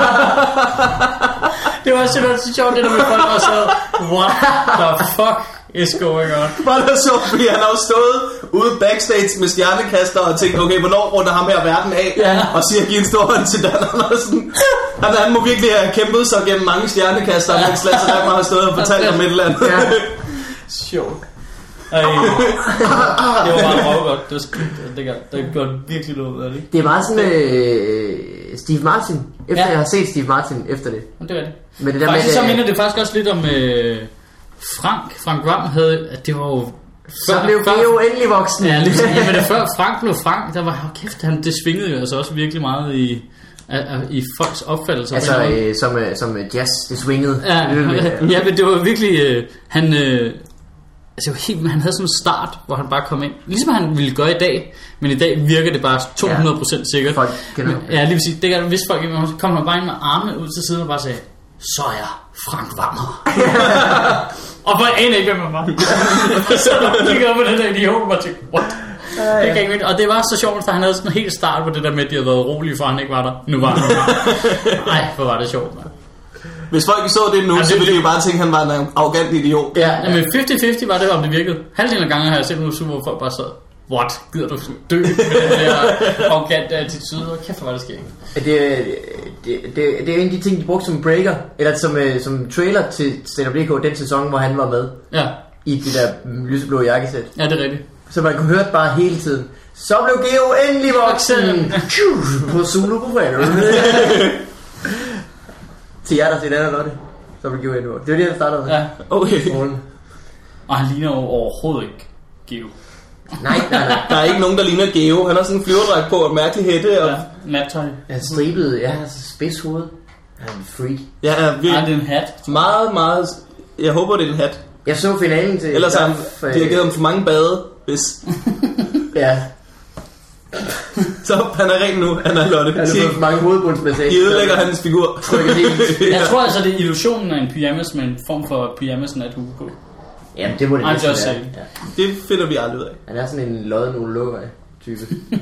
Det var simpelthen så sjovt, det der med folk, der sad, what the fuck is going on? Bare det så, fordi han har jo stået ude backstage med stjernekaster og tænkt, okay, hvornår runder ham her verden af? Ja. Og siger, giv en stor hånd til Dan Andersen. Han, han må virkelig have kæmpet sig gennem mange stjernekaster, ja. Mens Lasse Remmer har stået og fortalt om et eller andet. Ja. Sjovt. Ej, det var meget røvgodt. Det var skidt. Det, det gjorde virkelig noget ud af det. Det er meget sådan øh, Steve Martin. Efter ja. Jeg har set Steve Martin efter det. Det var det. Men det der faktisk med, så minder det faktisk også lidt om øh, Frank. Frank Vam havde, at det var jo... Så før, blev Geo endelig voksen. Ja, lidt, ja, men det før Frank blev Frank, der var, oh, kæft, han, det svingede jo altså også virkelig meget i... i folks opfattelse. Altså øh, som, øh, som jazz, det swingede. Ja, ja, men det var virkelig øh, han øh, altså helt, han havde sådan en start, hvor han bare kom ind, ligesom han ville gøre i dag, men i dag virker det bare to hundrede procent sikkert. Folk kender. Men, ja, lige præcis. Det kan hvis folk ikke, så kom han bare ind med armene ud til siden og bare sagde, så er jeg Frank Vammer. Og folk aner ikke, hvem han var. Så kiggede op på den der idiot og bare tænkte, what? Ja, ja. Det kan ikke, og det var så sjovt, at han havde sådan en helt start på det der med, at de havde været rolige, for han ikke var der. Nu var han der. Ej, hvor var det sjovt, man. Hvis folk så det nu, altså, så ville de jo bare tænke, at han var en arrogant idiot. Ja, ja. Men halvtreds halvtreds var det, om det virkede. Halvdelen af gange har jeg set nogle super, hvor folk bare sad, what, gider du dø med den der arrogante attitude? Og kæft, hvor var det sker ikke. Det, det, det, det er en af de ting, de brugte som breaker, eller som, som trailer til Stand Up punktum d k, den sæson, hvor han var med. Ja. I det der lyseblå jakkesæt. Ja, det er rigtigt. Så man kunne høre det bare hele tiden. Så blev Geo endelig voksen. På Zulu på fredag. Til jer, der til den her Lotte. Så blev Geo endelig voksen. Det var det, jeg startede med. Ja, okay. Og han ligner jo overhovedet ikke Geo. Nej, nej, nej. Der er ikke nogen, der ligner Geo. Han har sådan en flyverdragt på og mærkelig hætte. Og... Ja, nattøj. Han stribede, ja, altså spidshoved. Han er en freak. Ja, er virkelig... Ej, det er en hat. Meget, meget... Jeg håber, det er en hat. Jeg så finalen til... Ellers har han, de har givet ham for mange bade, hvis... ja. Så han er ren nu, han er Lotte. Han har fået for mange hovedbundsmassage. I ødelægger hans figur. Jeg tror altså, det er illusionen af en pyjamas med en form for pyjamas nathue på. Jamen, det må det I'm næsten just være. saying. Ja. Det finder vi aldrig ud af. Han er sådan en lodden lukker type.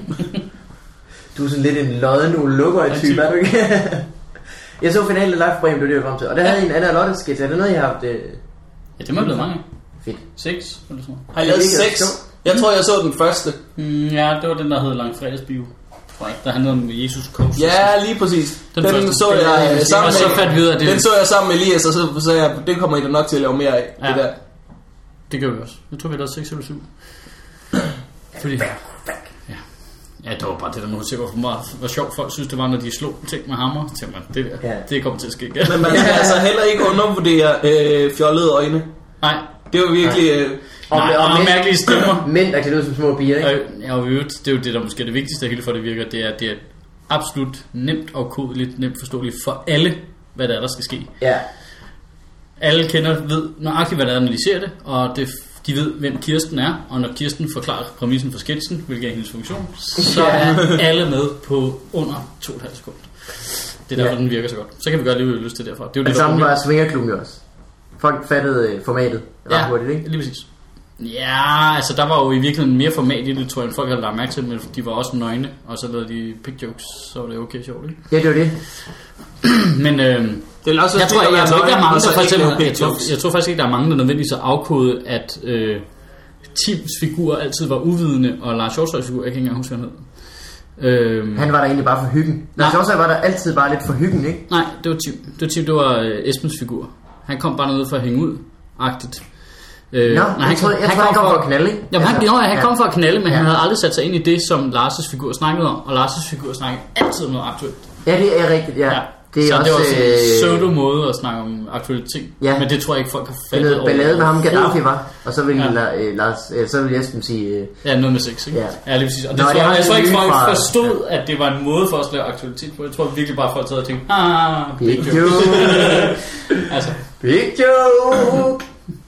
Du er sådan lidt en lodden lukker type, er du ikke? Jeg så finalen live på Bremen, det var det, jeg frem til. Og der havde I en anden Lotte sketch. Er det noget, I har haft? Øh... Ja, det må have blevet mange. Fedt. Seks, eller sådan noget. Har I lavet seks? Jeg tror, jeg så den første. Mm, ja, det var den, der hed Langfredagsbio. Der handlede om Jesus Coast. Ja, lige præcis. Den, den første, så jeg øh, sammen så med, videre, det. Den så jeg sammen med Elias, og så sagde jeg, det kommer I da nok til at lave mere af. Ja. Det der. Det gør vi også. Jeg tror, vi har lavet seks eller syv. Fordi... Ja. Ja, det var bare det der nu. Se, hvor, meget, hvor sjovt folk synes, det var, når de slog ting med hammer. Så man, det der, ja. Det kommer til at ske. Men man skal altså heller ikke undervurdere øh, fjollede øjne. Nej. Det var virkelig... Øh, og, Nej, og, og mærkelige stemmer. Mænd, der kan lyde som små piger, ikke? Ja, og det er jo det, der måske er det vigtigste af hele for det virker. Det er, det er absolut nemt og kodeligt, nemt forståeligt for alle, hvad der er, der skal ske. Ja. Alle kender, ved nøjagtigt, hvad der er, når de ser det, og det, de ved, hvem Kirsten er, og når Kirsten forklarer præmissen for sketchen, hvilket er hendes funktion, så er alle med på under to og et halvt sekund. Det er derfor, ja. Den virker så godt. Så kan vi gøre det, vi har lyst til derfra. Det er jo det, det samme var Svingerklubben jo også. Folk fattede formatet ret ja, hurtigt, ikke? Lige præcis. Ja, altså der var jo i virkeligheden mere format i det, tror jeg, end folk havde lagt mærke til, men de var også nøgne, og så lavede de pick jokes, så var det okay sjovt, ikke? Ja, det var det. Men øh, det er også jeg, tror, jeg, jeg, tror ikke, der er mange, der for eksempel, jeg, tror, jeg, jeg tror faktisk ikke, der er mange, der nødvendigvis har afkodet, at øh, Tims figur altid var uvidende, og Lars Hjortshøjs figur, jeg kan ikke engang huske, hvad han hed. Øhm, han var der egentlig bare for hyggen. Lars Hjortshøj var der altid bare lidt for hyggen, ikke? Nej, det var Tim. Det var, Tim, det var øh, Esbens figur. Han kom bare ned for at hænge ud, agtigt. Øh, Nå, nej, jeg tror, jeg, jeg tror, han kom for at knalde, ikke? Jamen, han, altså, jo, han ja. kom for at knalde, men ja. Han havde aldrig sat sig ind i det, som Lars' figur snakkede om. Og Lars' figur snakkede altid om noget aktuelt. Ja, det er rigtigt, ja. ja. Det er så også, det var sådan en pseudo måde at snakke om aktuelle ting. Ja. Men det tror jeg ikke, folk har fattet over. Ballade med ham, Gaddafi var. Og så vil, ja. øh, Lars, øh, så vil Jesper sige... Øh, ja, noget med sex, ikke? Ja, ja lige præcis. Og det Nå, tror jeg, jeg tror ikke, folk fra... forstod, at det var en måde for os at lave aktualitet på. Jeg tror virkelig bare, folk havde og tænkte, ah, big, big joke. altså. Big joke.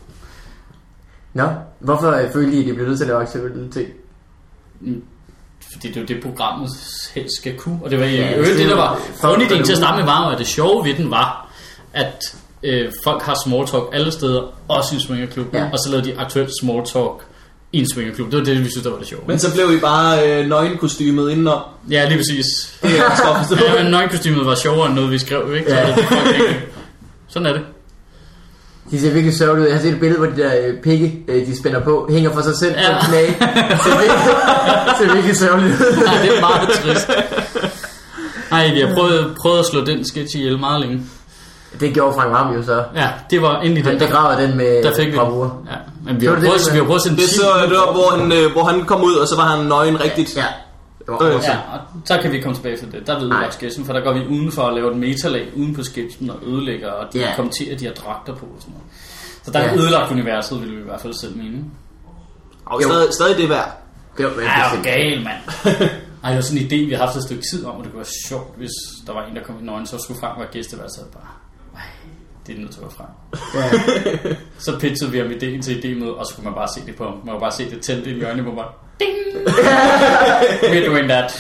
Nå, hvorfor øh, følte I, at de blev nødt til at lave aktualitet? Mm. Fordi det er jo det, programmet helst skal kunne. Og det var jo ja, det, det, der var grundideen til at starte med, var at det sjove ved den var, at øh, folk har small talk alle steder, også i en swingerklub, ja. Og så lavede de aktuelt small talk i en swingerklub. Det var det, vi synes, der var det sjove. Men så blev I bare øh, nøgenkostymet indenom. Ja, lige præcis. Det er også ja, men nøgenkostymet var sjovere end noget, vi skrev, ikke? Så ja. det, sådan er det. De ser virkelig sørgeligt ud. Jeg har set et billede, hvor de der øh, pikke, øh, de spænder på, hænger for sig selv ja. På en knæ. Det ser virkelig sørgeligt ud. Nej, det er meget trist. Nej, vi har prøvet, prøvet at slå den sketch ihjel meget længe. Det gjorde Frank Ram jo så. Ja, det var endelig den. Han begravede den med der fik vi bravur. Ja, men vi har prøvet, det, vi har prøvet at det, så, det var, hvor han, øh, hvor han kom ud, og så var han nøgen rigtigt. Ja. Øh, ja, og så kan vi komme tilbage til det. Der ved vi godt sketchen, for der går vi udenfor og laver et metalag uden på sketchen og ødelægger, og de yeah. kommenterer, de har dragter på og sådan noget. Så der er yeah. ødelagt universet, vil vi i hvert fald selv mene. Og stadig, stadig det værd. Det var ja, gal, mand. Ej, det var sådan en idé, vi har haft et stykke tid om, og det kunne være sjovt, hvis der var en, der kom i nøgen, så skulle Frank være gæstevært, så bare, ej, det er nødt til at være Frank. Yeah. Så pitchede vi om idéen til idémøde, og så kunne man bare se det på ham. Man kunne bare se det tændte i hjørnet på mig. Ding! We're doing that.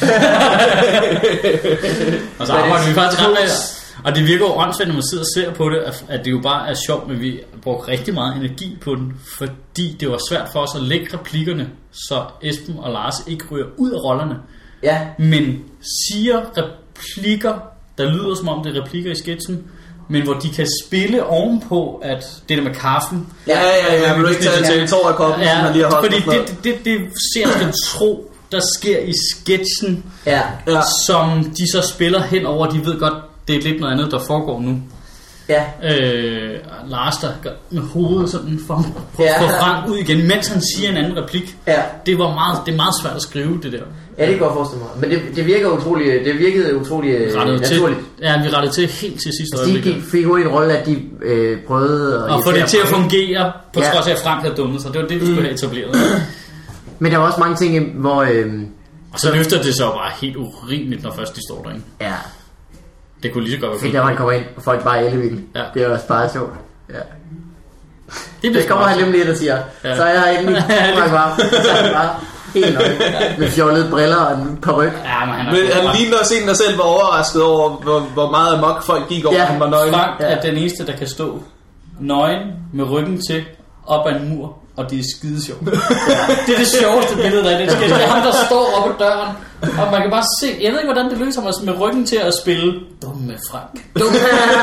Og så arbejder vi faktisk ret med. Og det virker jo åndssvagt, når man sidder og ser på det, at det jo bare er sjovt, men vi brugte rigtig meget energi på den, fordi det var svært for os at lægge replikkerne, så Esben og Lars ikke ryger ud af rollerne. Ja. Men siger replikker, der lyder som om det er replikker i sketchen, men hvor de kan spille ovenpå, at det der med kaffen. Ja, ja, ja, vil du ikke tage en tår af koppen, ja, som han lige har holdt. Fordi det, det, det, det ser skal tro, der sker i sketchen, ja. Ja. Som de så spiller hen over, de ved godt, det er lidt noget andet, der foregår nu. Ja. Øh, Lars, der gør med hovedet sådan for, for, ja. For Frank ud igen, mens han siger en anden replik. Ja. Det var meget, det er meget svært at skrive, det der. Ja, det kan jeg forestille mig. Men det, det virker utroligt, det virkede utroligt naturligt. Til, ja, vi rettede til helt til sidste øjeblik. De fik hurtigt en rolle, at de øh, prøvede at og få det til at fungere, på trods af, at Frank havde dummet sig. Det var det, vi skulle have etableret. Men der var også mange ting, hvor... Øh, og så løfter det så bare helt urimeligt, når først de står derinde. Ja. Det kunne lige så godt være fedt. Der man kommer ind, og folk bare er ellevilde. Ja. Det er også bare sjovt. Ja. Det, det kommer han nemlig ind og siger, ja. Så er jeg herinde, så bare, så er bare helt nøje, med fjollede briller og en peruk. Ja, men han, men han lignede også en, der selv var overrasket over, hvor, hvor meget amok folk gik over, ja. Han var nøgen. Frank er den eneste, der kan stå nøgen med ryggen til, op ad en mur, og det er skide sjovt. Ja. Det er det sjoveste billede, der er. Det er ham, der står oppe ad døren, og man kan bare se, jeg ved ikke, hvordan det lykkes ham med ryggen til at spille Dumme Frank. Dumme.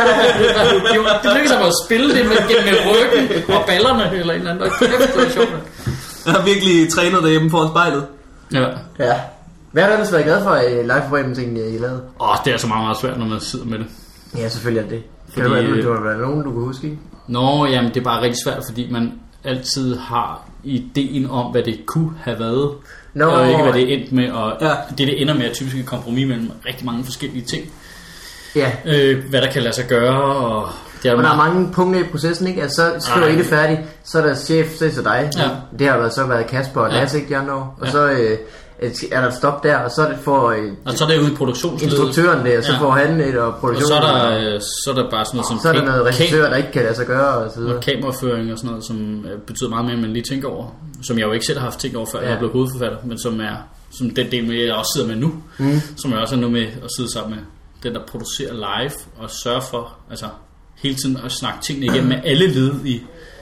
Det lykkes ham at spille det med, med ryggen og ballerne, eller en eller anden. Kæft, det er sjovt. Jeg har virkelig trænet derhjemme foran spejlet. Ja. Ja. Hvad har du ellers været glad for i live-programmet, I lavede? Åh, oh, det er så meget, meget svært, når man sidder med det. Ja, selvfølgelig er det. Fordi, kan du, du har været nogen, du kan huske, ikke? Nå, jamen, det er bare rigtig svært, fordi man altid har ideen om, hvad det kunne have været, Nå, og ikke hvad det er endt med, og ja. det det ender med er typisk et kompromis mellem rigtig mange forskellige ting. Ja. Øh, hvad der kan lade sig gøre, og det er, og der er mange punkter i processen, ikke? Altså, så skriver I det færdigt, så er der chef, så er det så dig. Ja. Det har så været Kasper og Lasse, ikke de andre år. Og ja. så øh, er der et stop der, og så er det for øh, og så er det ude i produktionsledet. Instruktøren der, så ja. får han et, og produktionen. Og så er der, øh, så er der bare sådan noget som så er der noget regissør, der ikke kan lade sig gøre, og så videre. Og kameraføring og sådan noget, som øh, betyder meget mere, end man lige tænker over. Som jeg jo ikke selv har haft tænkt over, før ja. jeg blev hovedforfatter, men som er som den del med, jeg også sidder med nu, mm. som jeg også er nu med at sidde sammen med den, der producerer live og sørger for, altså hele tiden at snakke tingene igennem med alle led i,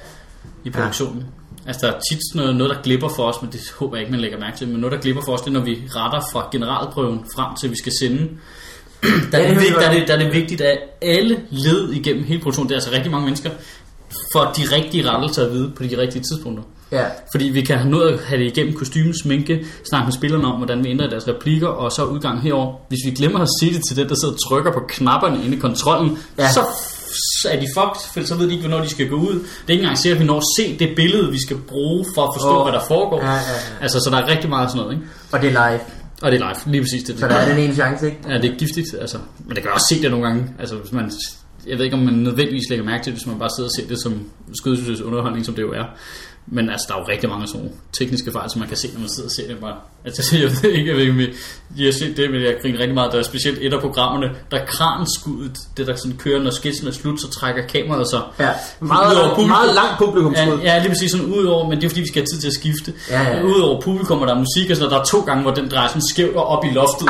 i produktionen. Ja. Altså der er tit noget, noget, der glipper for os, men det håber jeg ikke, man lægger mærke til, men noget, der glipper for os, det er, når vi retter fra generalprøven frem til, vi skal sende. Der er, det, vigtigt, der, er det, der er det vigtigt, at alle led igennem hele produktionen, det er altså rigtig mange mennesker, får de rigtige rettelser at vide på de rigtige tidspunkter. Ja. Fordi vi kan nå at have det igennem kostyme, sminke, snakke med spillerne om, hvordan vi ændrer deres replikker, og så udgang herover. Hvis vi glemmer at sige det til den, der sidder og trykker på knapperne inde i kontrollen, ja. så er de fucked, for så ved de ikke, hvornår de skal gå ud. Det er ikke engang sikkert, at vi når at se det billede, vi skal bruge for at forstå, oh. hvad der foregår. Ja, ja, ja. Altså, så der er rigtig meget sådan noget, ikke? Og det er live. Og det er live, lige præcis det. Så der er den ene chance, ikke? Ja, det er giftigt, altså. Men det kan også se det nogle gange. Altså, hvis man... Jeg ved ikke, om man nødvendigvis lægger mærke til det, hvis man bare sidder og ser det som skødesøs underholdning, som det jo er. Men altså, der er jo rigtig mange sådan tekniske fejl, som man kan se, når man sidder og ser det bare. Altså, jeg ved ikke, jeg ved ikke, jeg har set det, men jeg griner rigtig meget. Der er specielt et af programmerne, der er kranskuddet, det der sådan kører, når skitsen er slut, så trækker kameraet så ja, meget, meget langt publikumskud. Ja, ja, lige præcis sådan ud over, men det er fordi, vi skal have tid til at skifte. Ja, ja, ja. Ud over publikum, og der er musik og sådan, og der er to gange, hvor den drejer sådan skævt og op i loftet.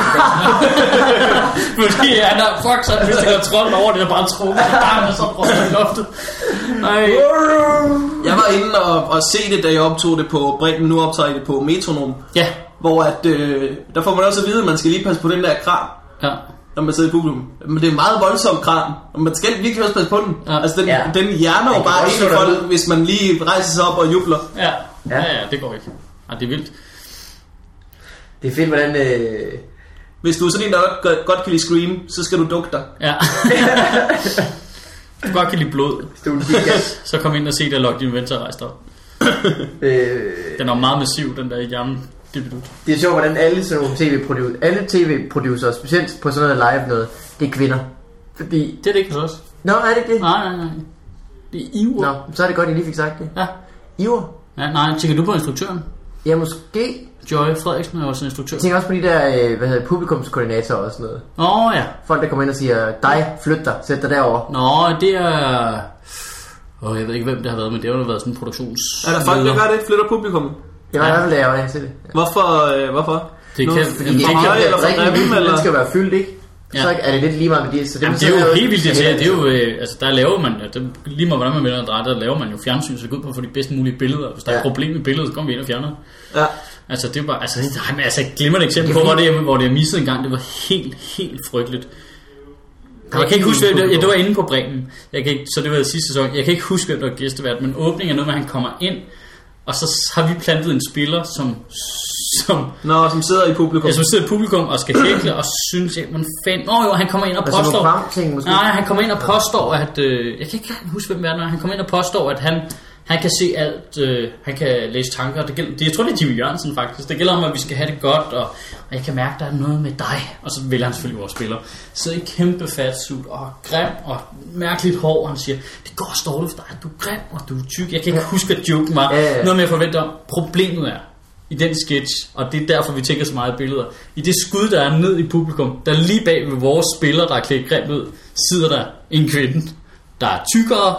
Fordi han har fuck, så han mister kontrollen over det, der bare trukket, og så prøver i loftet. Nej. Jeg var inde og, og se det, da jeg optog det på Bremen, nu optager jeg det på Metronom. Ja. Hvor at, øh, der får man også at vide, at man skal lige passe på den der kran, ja. når man sidder i publikum. Men det er en meget voldsom kran, og man skal virkelig også passe på den. Ja. Altså den, ja. den hjerner jo bare ind i folk, hvis man lige rejser sig op og jubler. Ja, ja, ja, det går ikke. Ja, det er vildt. Det er fedt, hvordan... Øh... Hvis du er sådan en, der godt, godt kan lide Scream, så skal du dukke dig. Ja. Du godt kan lide blod. Så kom ind og se det og luk din ven til at rejse dig op. Den er meget massiv, den der i hjernen. Det er sjovt, hvordan alle sådan nogle tv-producer, alle tv-producer, specielt på sådan noget live noget, det er kvinder. Fordi... Det er det ikke hos os. Nå, er det ikke det? Nej, nej, nej. Det er Ivor. Nå, så er det godt, I lige fik sagt det. Ja. Ivor? Ja, nej, tænker du på instruktøren? Ja, måske. Joy Frederiksen er også en instruktør. Jeg tænker også på de der, hvad hedder publikumskoordinatorer og sådan noget. Åh, oh, ja. Folk, der kommer ind og siger, dig, flyt dig, sæt dig derover. Nå, det er... Åh, oh, jeg ved ikke, hvem det har været, men det har jo været sådan en produktions... Er der folk, der gør det? Flytter publikum? Jeg var i hvert fald, da jeg var inde til det. Ja. Hvorfor? Øh, hvorfor? Det kan... Fordi det kan være eller for grimme, den skal være fyldt, ikke? Ja. Så er det lidt lige meget med det. Så det, jamen, det er jo helt vildt, det, det er jo... Øh, altså, der laver man... Der, lige meget, hvordan man vender og drejer, der laver man jo fjernsyn, så det går ud på at få de bedst mulige billeder. Hvis der ja. er et problem med billedet, så kommer vi ind og fjerner det. Ja. Altså, det er bare... Altså, altså et glimrende eksempel på, hvor det, hvor det er misset en gang. Det var helt, helt frygteligt. Jeg kan ikke huske, at det, det var inde på Bremen. Jeg kan ikke, så det var sidste sæson. Jeg kan ikke huske, at det var gæstevært, men åbningen er noget med, at han kommer ind, og så har vi plantet en spiller, som... som Nå, som sidder i publikum. Ja, som sidder i publikum og skal hækle, og synes, at man fandt... Åh jo, han kommer ind og påstår... Altså, nej, han kommer ind og påstår, at... Øh, jeg kan ikke huske, hvem det er, han kommer ind og påstår, at han... Han kan se alt, øh, han kan læse tanker. Det gælder, det, jeg tror, det er Jimmy Jørgensen faktisk. Det gælder om, at vi skal have det godt, og, og jeg kan mærke, der er noget med dig. Og så vælger han selvfølgelig vores spiller. Sidder i kæmpe fatsuit og grim og mærkeligt hår. Og han siger, det går så dårligt for dig, du er grim og du er tyk. Jeg kan ikke huske, at joken var. Ja, ja, ja. Noget med at forvente om. Problemet er, i den sketch, og det er derfor vi tænker så meget i billeder. I det skud der er ned i publikum, der lige bag ved vores spiller, der er klædt grimt ud, sidder der en kvinde, der er tykkere,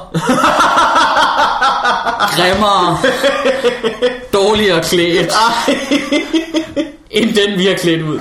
grimmere, dårligere klædt end den vi har klædt ud.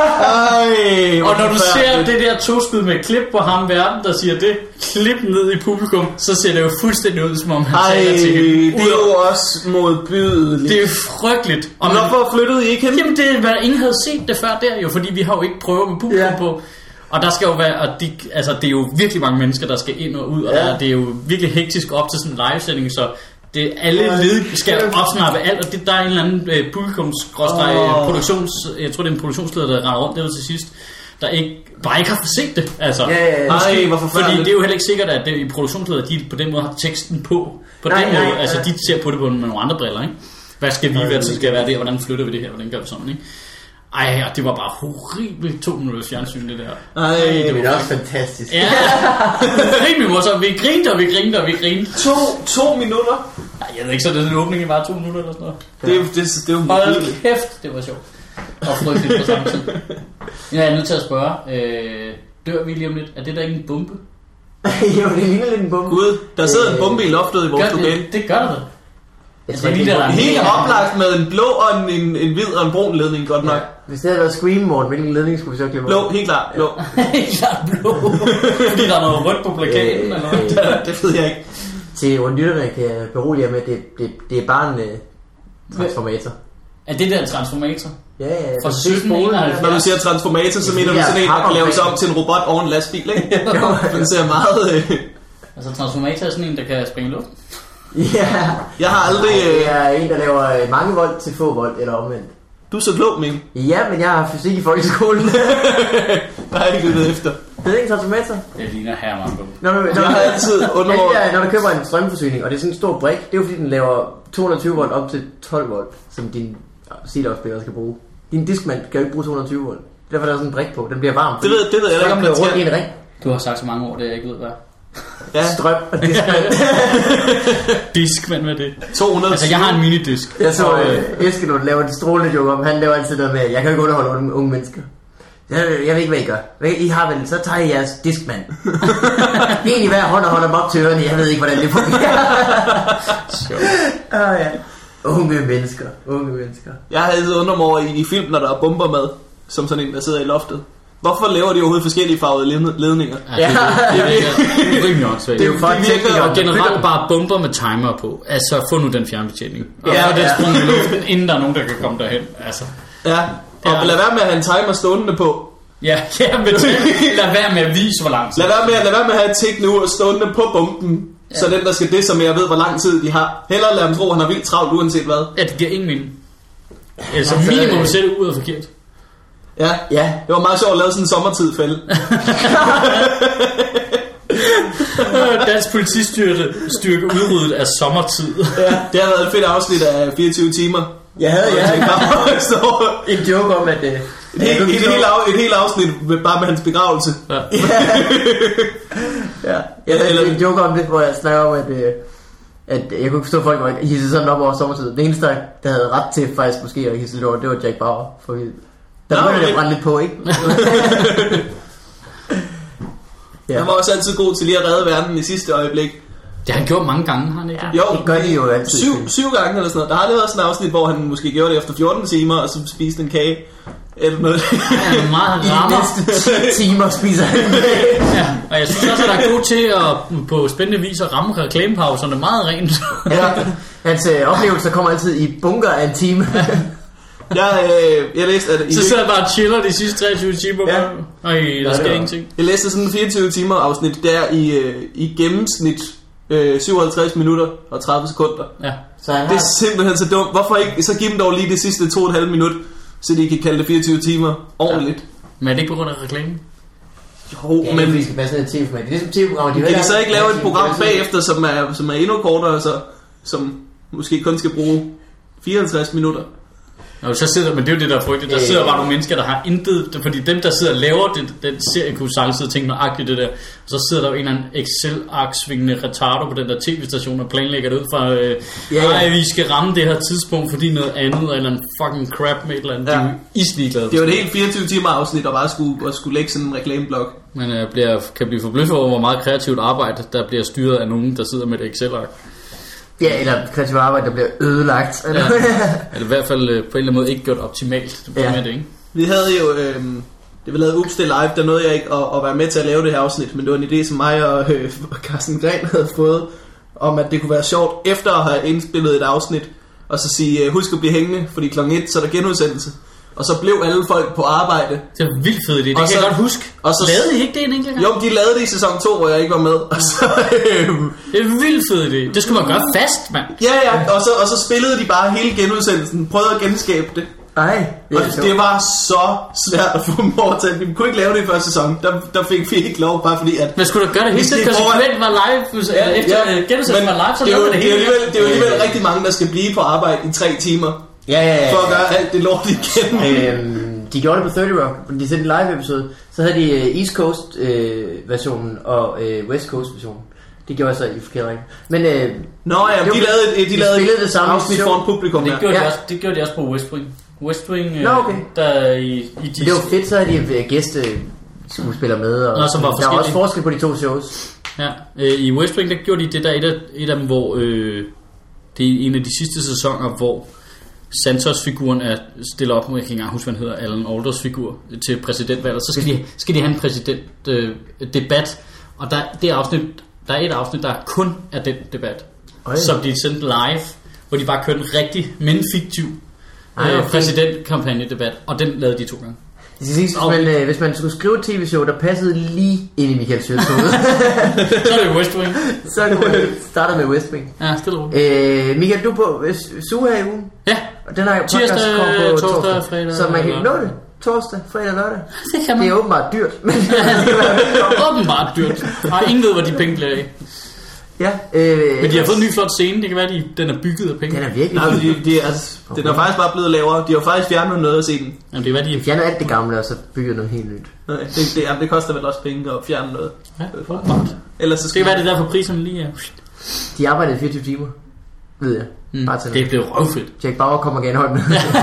Ej, og når du ser det der toskud med et klip på ham verden, der siger det, klip ned i publikum, så ser det jo fuldstændig ud, som om han Ej, taler til hende. det er jo også modbydeligt. Det er frygteligt. Og man, hvorfor flyttede I ikke hen? Jamen det er, ingen havde set det før der jo, fordi vi har jo ikke prøvet med publikum ja. på. Og der skal jo være, og de, altså det er jo virkelig mange mennesker, der skal ind og ud, og ja. der, det er jo virkelig hektisk op til sådan en livesending, så det, alle led skal opsnappe alt, og det, der er en eller anden øh, publikums-skråstreg oh. produktions, jeg tror det er en produktionsleder, der render rundt der til sidst, der ikke, bare ikke har set det, altså. Ja, ja, ja. Ej, hvorfor fordi det er jo heller ikke sikkert, at det, i produktionsleder, de på den måde har teksten på, på nej, den måde, nej, altså nej. De ser på det på med nogle andre briller, ikke? Hvad skal vi, hvad skal være det, hvordan flytter vi det her, hvordan gør vi sådan, ikke? Ej, det var bare horribelt to minutters fjernsyn, det der. Ej, det, det var også fantastisk. Ja, rimelig morsomt. Vi grinte, og vi grinte, og vi grinte. To, to minutter? Nej, jeg ved ikke, så det er en åbning i bare to minutter eller sådan noget. Det, det, det, det er jo hold kæft, det var sjovt. Og frygteligt på samme tid. Jeg er nødt til at spørge, øh, dør vi lige om lidt? Er det der ikke en bombe? Jo, det ligner lidt en bombe. Gud, der sidder øh, en bombe i loftet i vores lokale. Det, det gør der da. Jeg tror, det er helt oplagt med en blå og en, en, en hvid og en brun ledning, godt nok. Ja. Hvis det havde været Scream Mode, hvilken ledning skulle vi så klemme? Blå, helt klart, blå. Helt klart blå. Fordi der er noget rødt på plakaten, øh, eller noget. Øh, det ved jeg ikke. Til lytterne kan jeg berolige jer med, at det, det, det er bare en uh, transformator. Er det der transformator? Ja, ja. Fra sytten enoghalvfjerds. Når du siger transformator, så mener du sådan en, der kan laves om til en robot og en lastbil, ikke? Den ser meget... Øh... Altså transformator er sådan en, der kan springe luft. Ja. Jeg har aldrig... Nej, det er en, der laver mange volt til få volt, eller omvendt. Du er så klog, min. Ja, men jeg har fysik i folkeskolen. Der har jeg ikke lyttet efter. Det er ikke en transformator. Det ligner Herman. Når du, når jeg har altid under... Ja, når du køber en strømforsyning, og det er sådan en stor brik, det er jo fordi, den laver to hundrede og tyve volt op til tolv volt, som din C D afspiller skal bruge. Din diskmand kan jo ikke bruge to hundrede og tyve volt. Derfor er der sådan en brik på. Den bliver varm. Det ved, det ved jeg ikke, om det rundt i en ring. Du har sagt så mange ord, det jeg ikke ved, hvad. Ja. Strøm og diskmand. Diskmand, hvad er det? to hundrede. Altså, jeg har en minidisk. Jeg så øh, Eskelund lave en strålende joke om, han laver altid noget med, jeg kan jo ikke underholde unge, unge mennesker. Jeg, jeg ved ikke, hvad I gør. I har vel, så tager I jeres diskmand. En i hver hånd og holder dem op til ørerne. Jeg ved ikke, hvordan det fungerer. Sjovt. Ah, ja. Unge mennesker. Unge mennesker. Jeg har altid undret mig over i, i film, når der er bomber med, som sådan en, der sidder i loftet. Hvorfor laver de overhovedet forskellige farvede ledninger? Ja, det, det, det, det er rimelig åndssvagt. Det er jo for teknikere generelt bare bomber med timer på. Altså, få nu den fjernbetjening. Og ja, den sprung i luften, inden der er nogen, der kan komme derhen. Altså. Ja, og ja. Lad være med at have en timer stående på. Ja, ja, men lad være med at vise, hvor lang tid. Lad være med, lad være med at have et tik nu stående på bomben, ja. Så den, der skal det, som jeg ved, hvor lang tid de har. Hellere lad dem tro, at han har vildt travlt, uanset hvad. Ja, det giver ingen mening. Altså, minimum sætte ud og forkert. Ja, ja, det var meget sjovt at lave sådan en sommertidfælde. Dansk politistyrke styrke udryddet af sommertid. Ja, det har været et fedt afsnit af fireogtyve timer. Jeg havde ja, en joke om, at det... Et, helt, et, helt af, et helt afsnit med, bare med hans begravelse. Ja. Ja. Jeg havde en joke om det, hvor jeg snakker om, at... at jeg kunne ikke forstå, at folk var hisset sådan op over sommertid. Den eneste, der havde ret til faktisk måske at hisse lidt over, det var Jack Bauer. For der begyndte det at brænde lidt på, ikke? Ja. Han var også altid god til lige at redde verden i sidste øjeblik. Det har han gjort mange gange, har han ikke? Ja, jo, det gør de jo altid. Syv, syv gange eller sådan noget. Der har aldrig været sådan et afsnit, hvor han måske gjorde det efter fjorten timer, og så spiste en kage. Eller noget. Ja, meget rammer. I næste ti timer spiser han en kage. Ja, og jeg synes også, at der er god til at på spændende vis at ramme reklamepauserne meget rent. Ja, hans øh, oplevelser kommer altid i bunker af en time. Ja. Jeg, øh, jeg læste, at... Så sidder jeg bare og chiller de sidste treogtyve timer. Ja. Ej, der sker ingenting. Jeg læste sådan en fireogtyve timer afsnit, der i, øh, i gennemsnit øh, syvoghalvtreds minutter og tredive sekunder. Ja. Så han det er simpelthen så dumt. Hvorfor ikke så give dem dog lige det sidste to og et halvt minut, så de kan kalde det fireogtyve timer ordentligt. Ja. Men er det ikke på grund af reklamen? Jo, ja, men... vi skal passe ned til tv-programmer. Det er ligesom tv-programmer. De kan de så ikke lave et program bagefter, som er, som er endnu kortere, så, som måske kun skal bruge fireoghalvtreds minutter? Og så sidder, men det er jo det der er frygteligt. Der sidder bare nogle mennesker der har intet, fordi dem der sidder og laver den, den serie kunne sagtens sidde og tænke nøjagtigt det der. Og så sidder der jo en eller anden Excel-ark svingende retardo på den der tv-station og planlægger det ud fra øh, ja, ja. vi skal ramme det her tidspunkt fordi noget andet eller en anden fucking crap med et eller andet. Ja. De er jo isligeglade. Det er jo et helt fireogtyve timer afsnit og bare skulle, og skulle lægge sådan en reklameblok. Man øh, bliver, kan blive forbløffet over hvor meget kreativt arbejde der bliver styret af nogen der sidder med et Excel-ark. Ja, eller kreativt arbejde, der bliver ødelagt. Eller, ja. eller i hvert fald øh, på en eller anden måde ikke gjort optimalt. Det ja. med det, ikke? Vi havde jo, øh, det vi lavede Ups det live, der nåede jeg ikke at, at være med til at lave det her afsnit, men det var en idé, som mig og øh, Carsten Gren havde fået, om at det kunne være sjovt, efter at have indspillet et afsnit, og så sige, husk at blive hængende, fordi klokken et, så er der genudsendelse. Og så blev alle folk på arbejde. Det var vildt fedt, det, det kan så, jeg godt huske. Og så lavede I ikke det en enkelt gang? Jo, de lavede det i sæson to, hvor jeg ikke var med. Og så, øh, det er vildt fedt, det. Det skulle man gøre fast, mand. Ja, ja, og så, og så spillede de bare hele genudsendelsen. Prøvede at genskabe det. Ej, det, og det var så svært at få dem over til. Vi kunne ikke lave det i første sæson. Der, der fik vi ikke lov, bare fordi at... Men skulle du gøre det hele tiden? Konsekvent var live, ja, efter ja, genudsendelsen var live, så lavede det, det hele. Det er jo alligevel rigtig mange, der skal blive på arbejde i tre timer. Ja, ja, ja. For at gøre alt det lort igen. øhm, De gjorde det på thirty Rock. De sendte en live episode. Så havde de uh, East Coast øh, versionen og uh, West Coast versionen. Det gjorde jeg så i forkert række. Men øh, Nå ja, de lavede, de lavede det samme afsnit for en publikum. Det gjorde, ja. de også, det gjorde de også på West Wing. West Wing, Nå, okay. der i, i de... Det var fedt, så havde de gæste skuespillere med. Og Nå, som var der var også forskel på de to shows. Ja, øh, i West Wing der gjorde de det der et af, et af dem, hvor øh, det er en af de sidste sæsoner, hvor Santos-figuren er stillet op, jeg kan ikke engang huske, hvad han hedder, Alan Alders figur til præsidentvalget. Så skal de, skal de have en præsidentdebat, øh, og der, det afsnit, der er et afsnit, der kun er den debat, Ej. som de sendt live, hvor de bare kørte en rigtig, men fiktiv øh, okay. præsidentkampagnedebat, og den lavede de to gange. Det skal siges, hvis, man, øh, hvis man skulle skrive et tv-show, der passede lige ind i Michael Schøtz hoved, så er det West Wing. Så kunne man starte med West Wing. Ja, stille og roligt. Øh, Michael, du er på Suge her i ugen. Ja. Og den har podcast tirsdag, på torsdag, torsdag, fredag. Så man kan ikke nå det. Torsdag, fredag, lørdag. Det kan man. Det er åbenbart dyrt. Men åbenbart dyrt. Og ingen ved, hvor de penge bliver af. Ja, øh, men de har fået en ny flot scene. Det kan være, at den er bygget af penge. Den er virkelig Nej, de, de, altså, okay. Den er faktisk bare blevet lavere. De har faktisk fjernet noget af scenen. Jamen, det er, hvad de... de fjerner alt det gamle, og så bygger noget helt nyt. Nej, det, det, jamen, det koster vel også penge at fjerne noget. Ja, åbenbart. Ellers så skal det kan være, det der for priserne lige er... De arbejdede fireogtyve timer, ved jeg. Mm, bare det blev røvfedt. Jack Bauer kommer igen højden.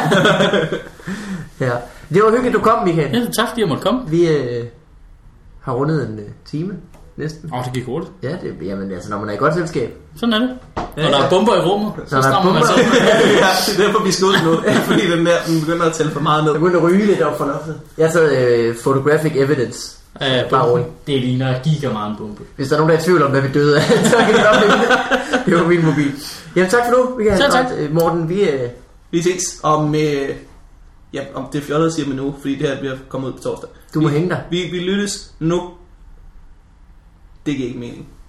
Ja. Det var hyggeligt, du kom, Michael. Ja, tak fordi jeg måtte komme. Vi øh, har rundet en øh, time. Næsten. Åh, oh, det gik hurtigt. Ja, det, jamen altså, når man er i godt selskab. Sådan er det. Ja, når der ja. er bomber i rummet, så, så strammer man sig. Ja, det er derfor, vi skal ud nu. Fordi den der, den begynder at tælle for meget ned. Jeg begynder at ryge lidt op for loftet. Jeg så øh, photographic evidence. Ja, bare rundt. Det ligner giga meget en bombe. Hvis der er nogen, der er i tvivl om, hvad vi døde af, så kan det godt blive. Det var min mobil. Jamen tak for nu. Vi kan så tak. Ret, Morten, vi... Øh... Vi ses om... Øh, ja, om det er fjollet at sige med nu, fordi det her bliver kommet ud på torsdag. Du må vi, hænge dig. Vi, vi lyttes nu. Det giver ikke mening.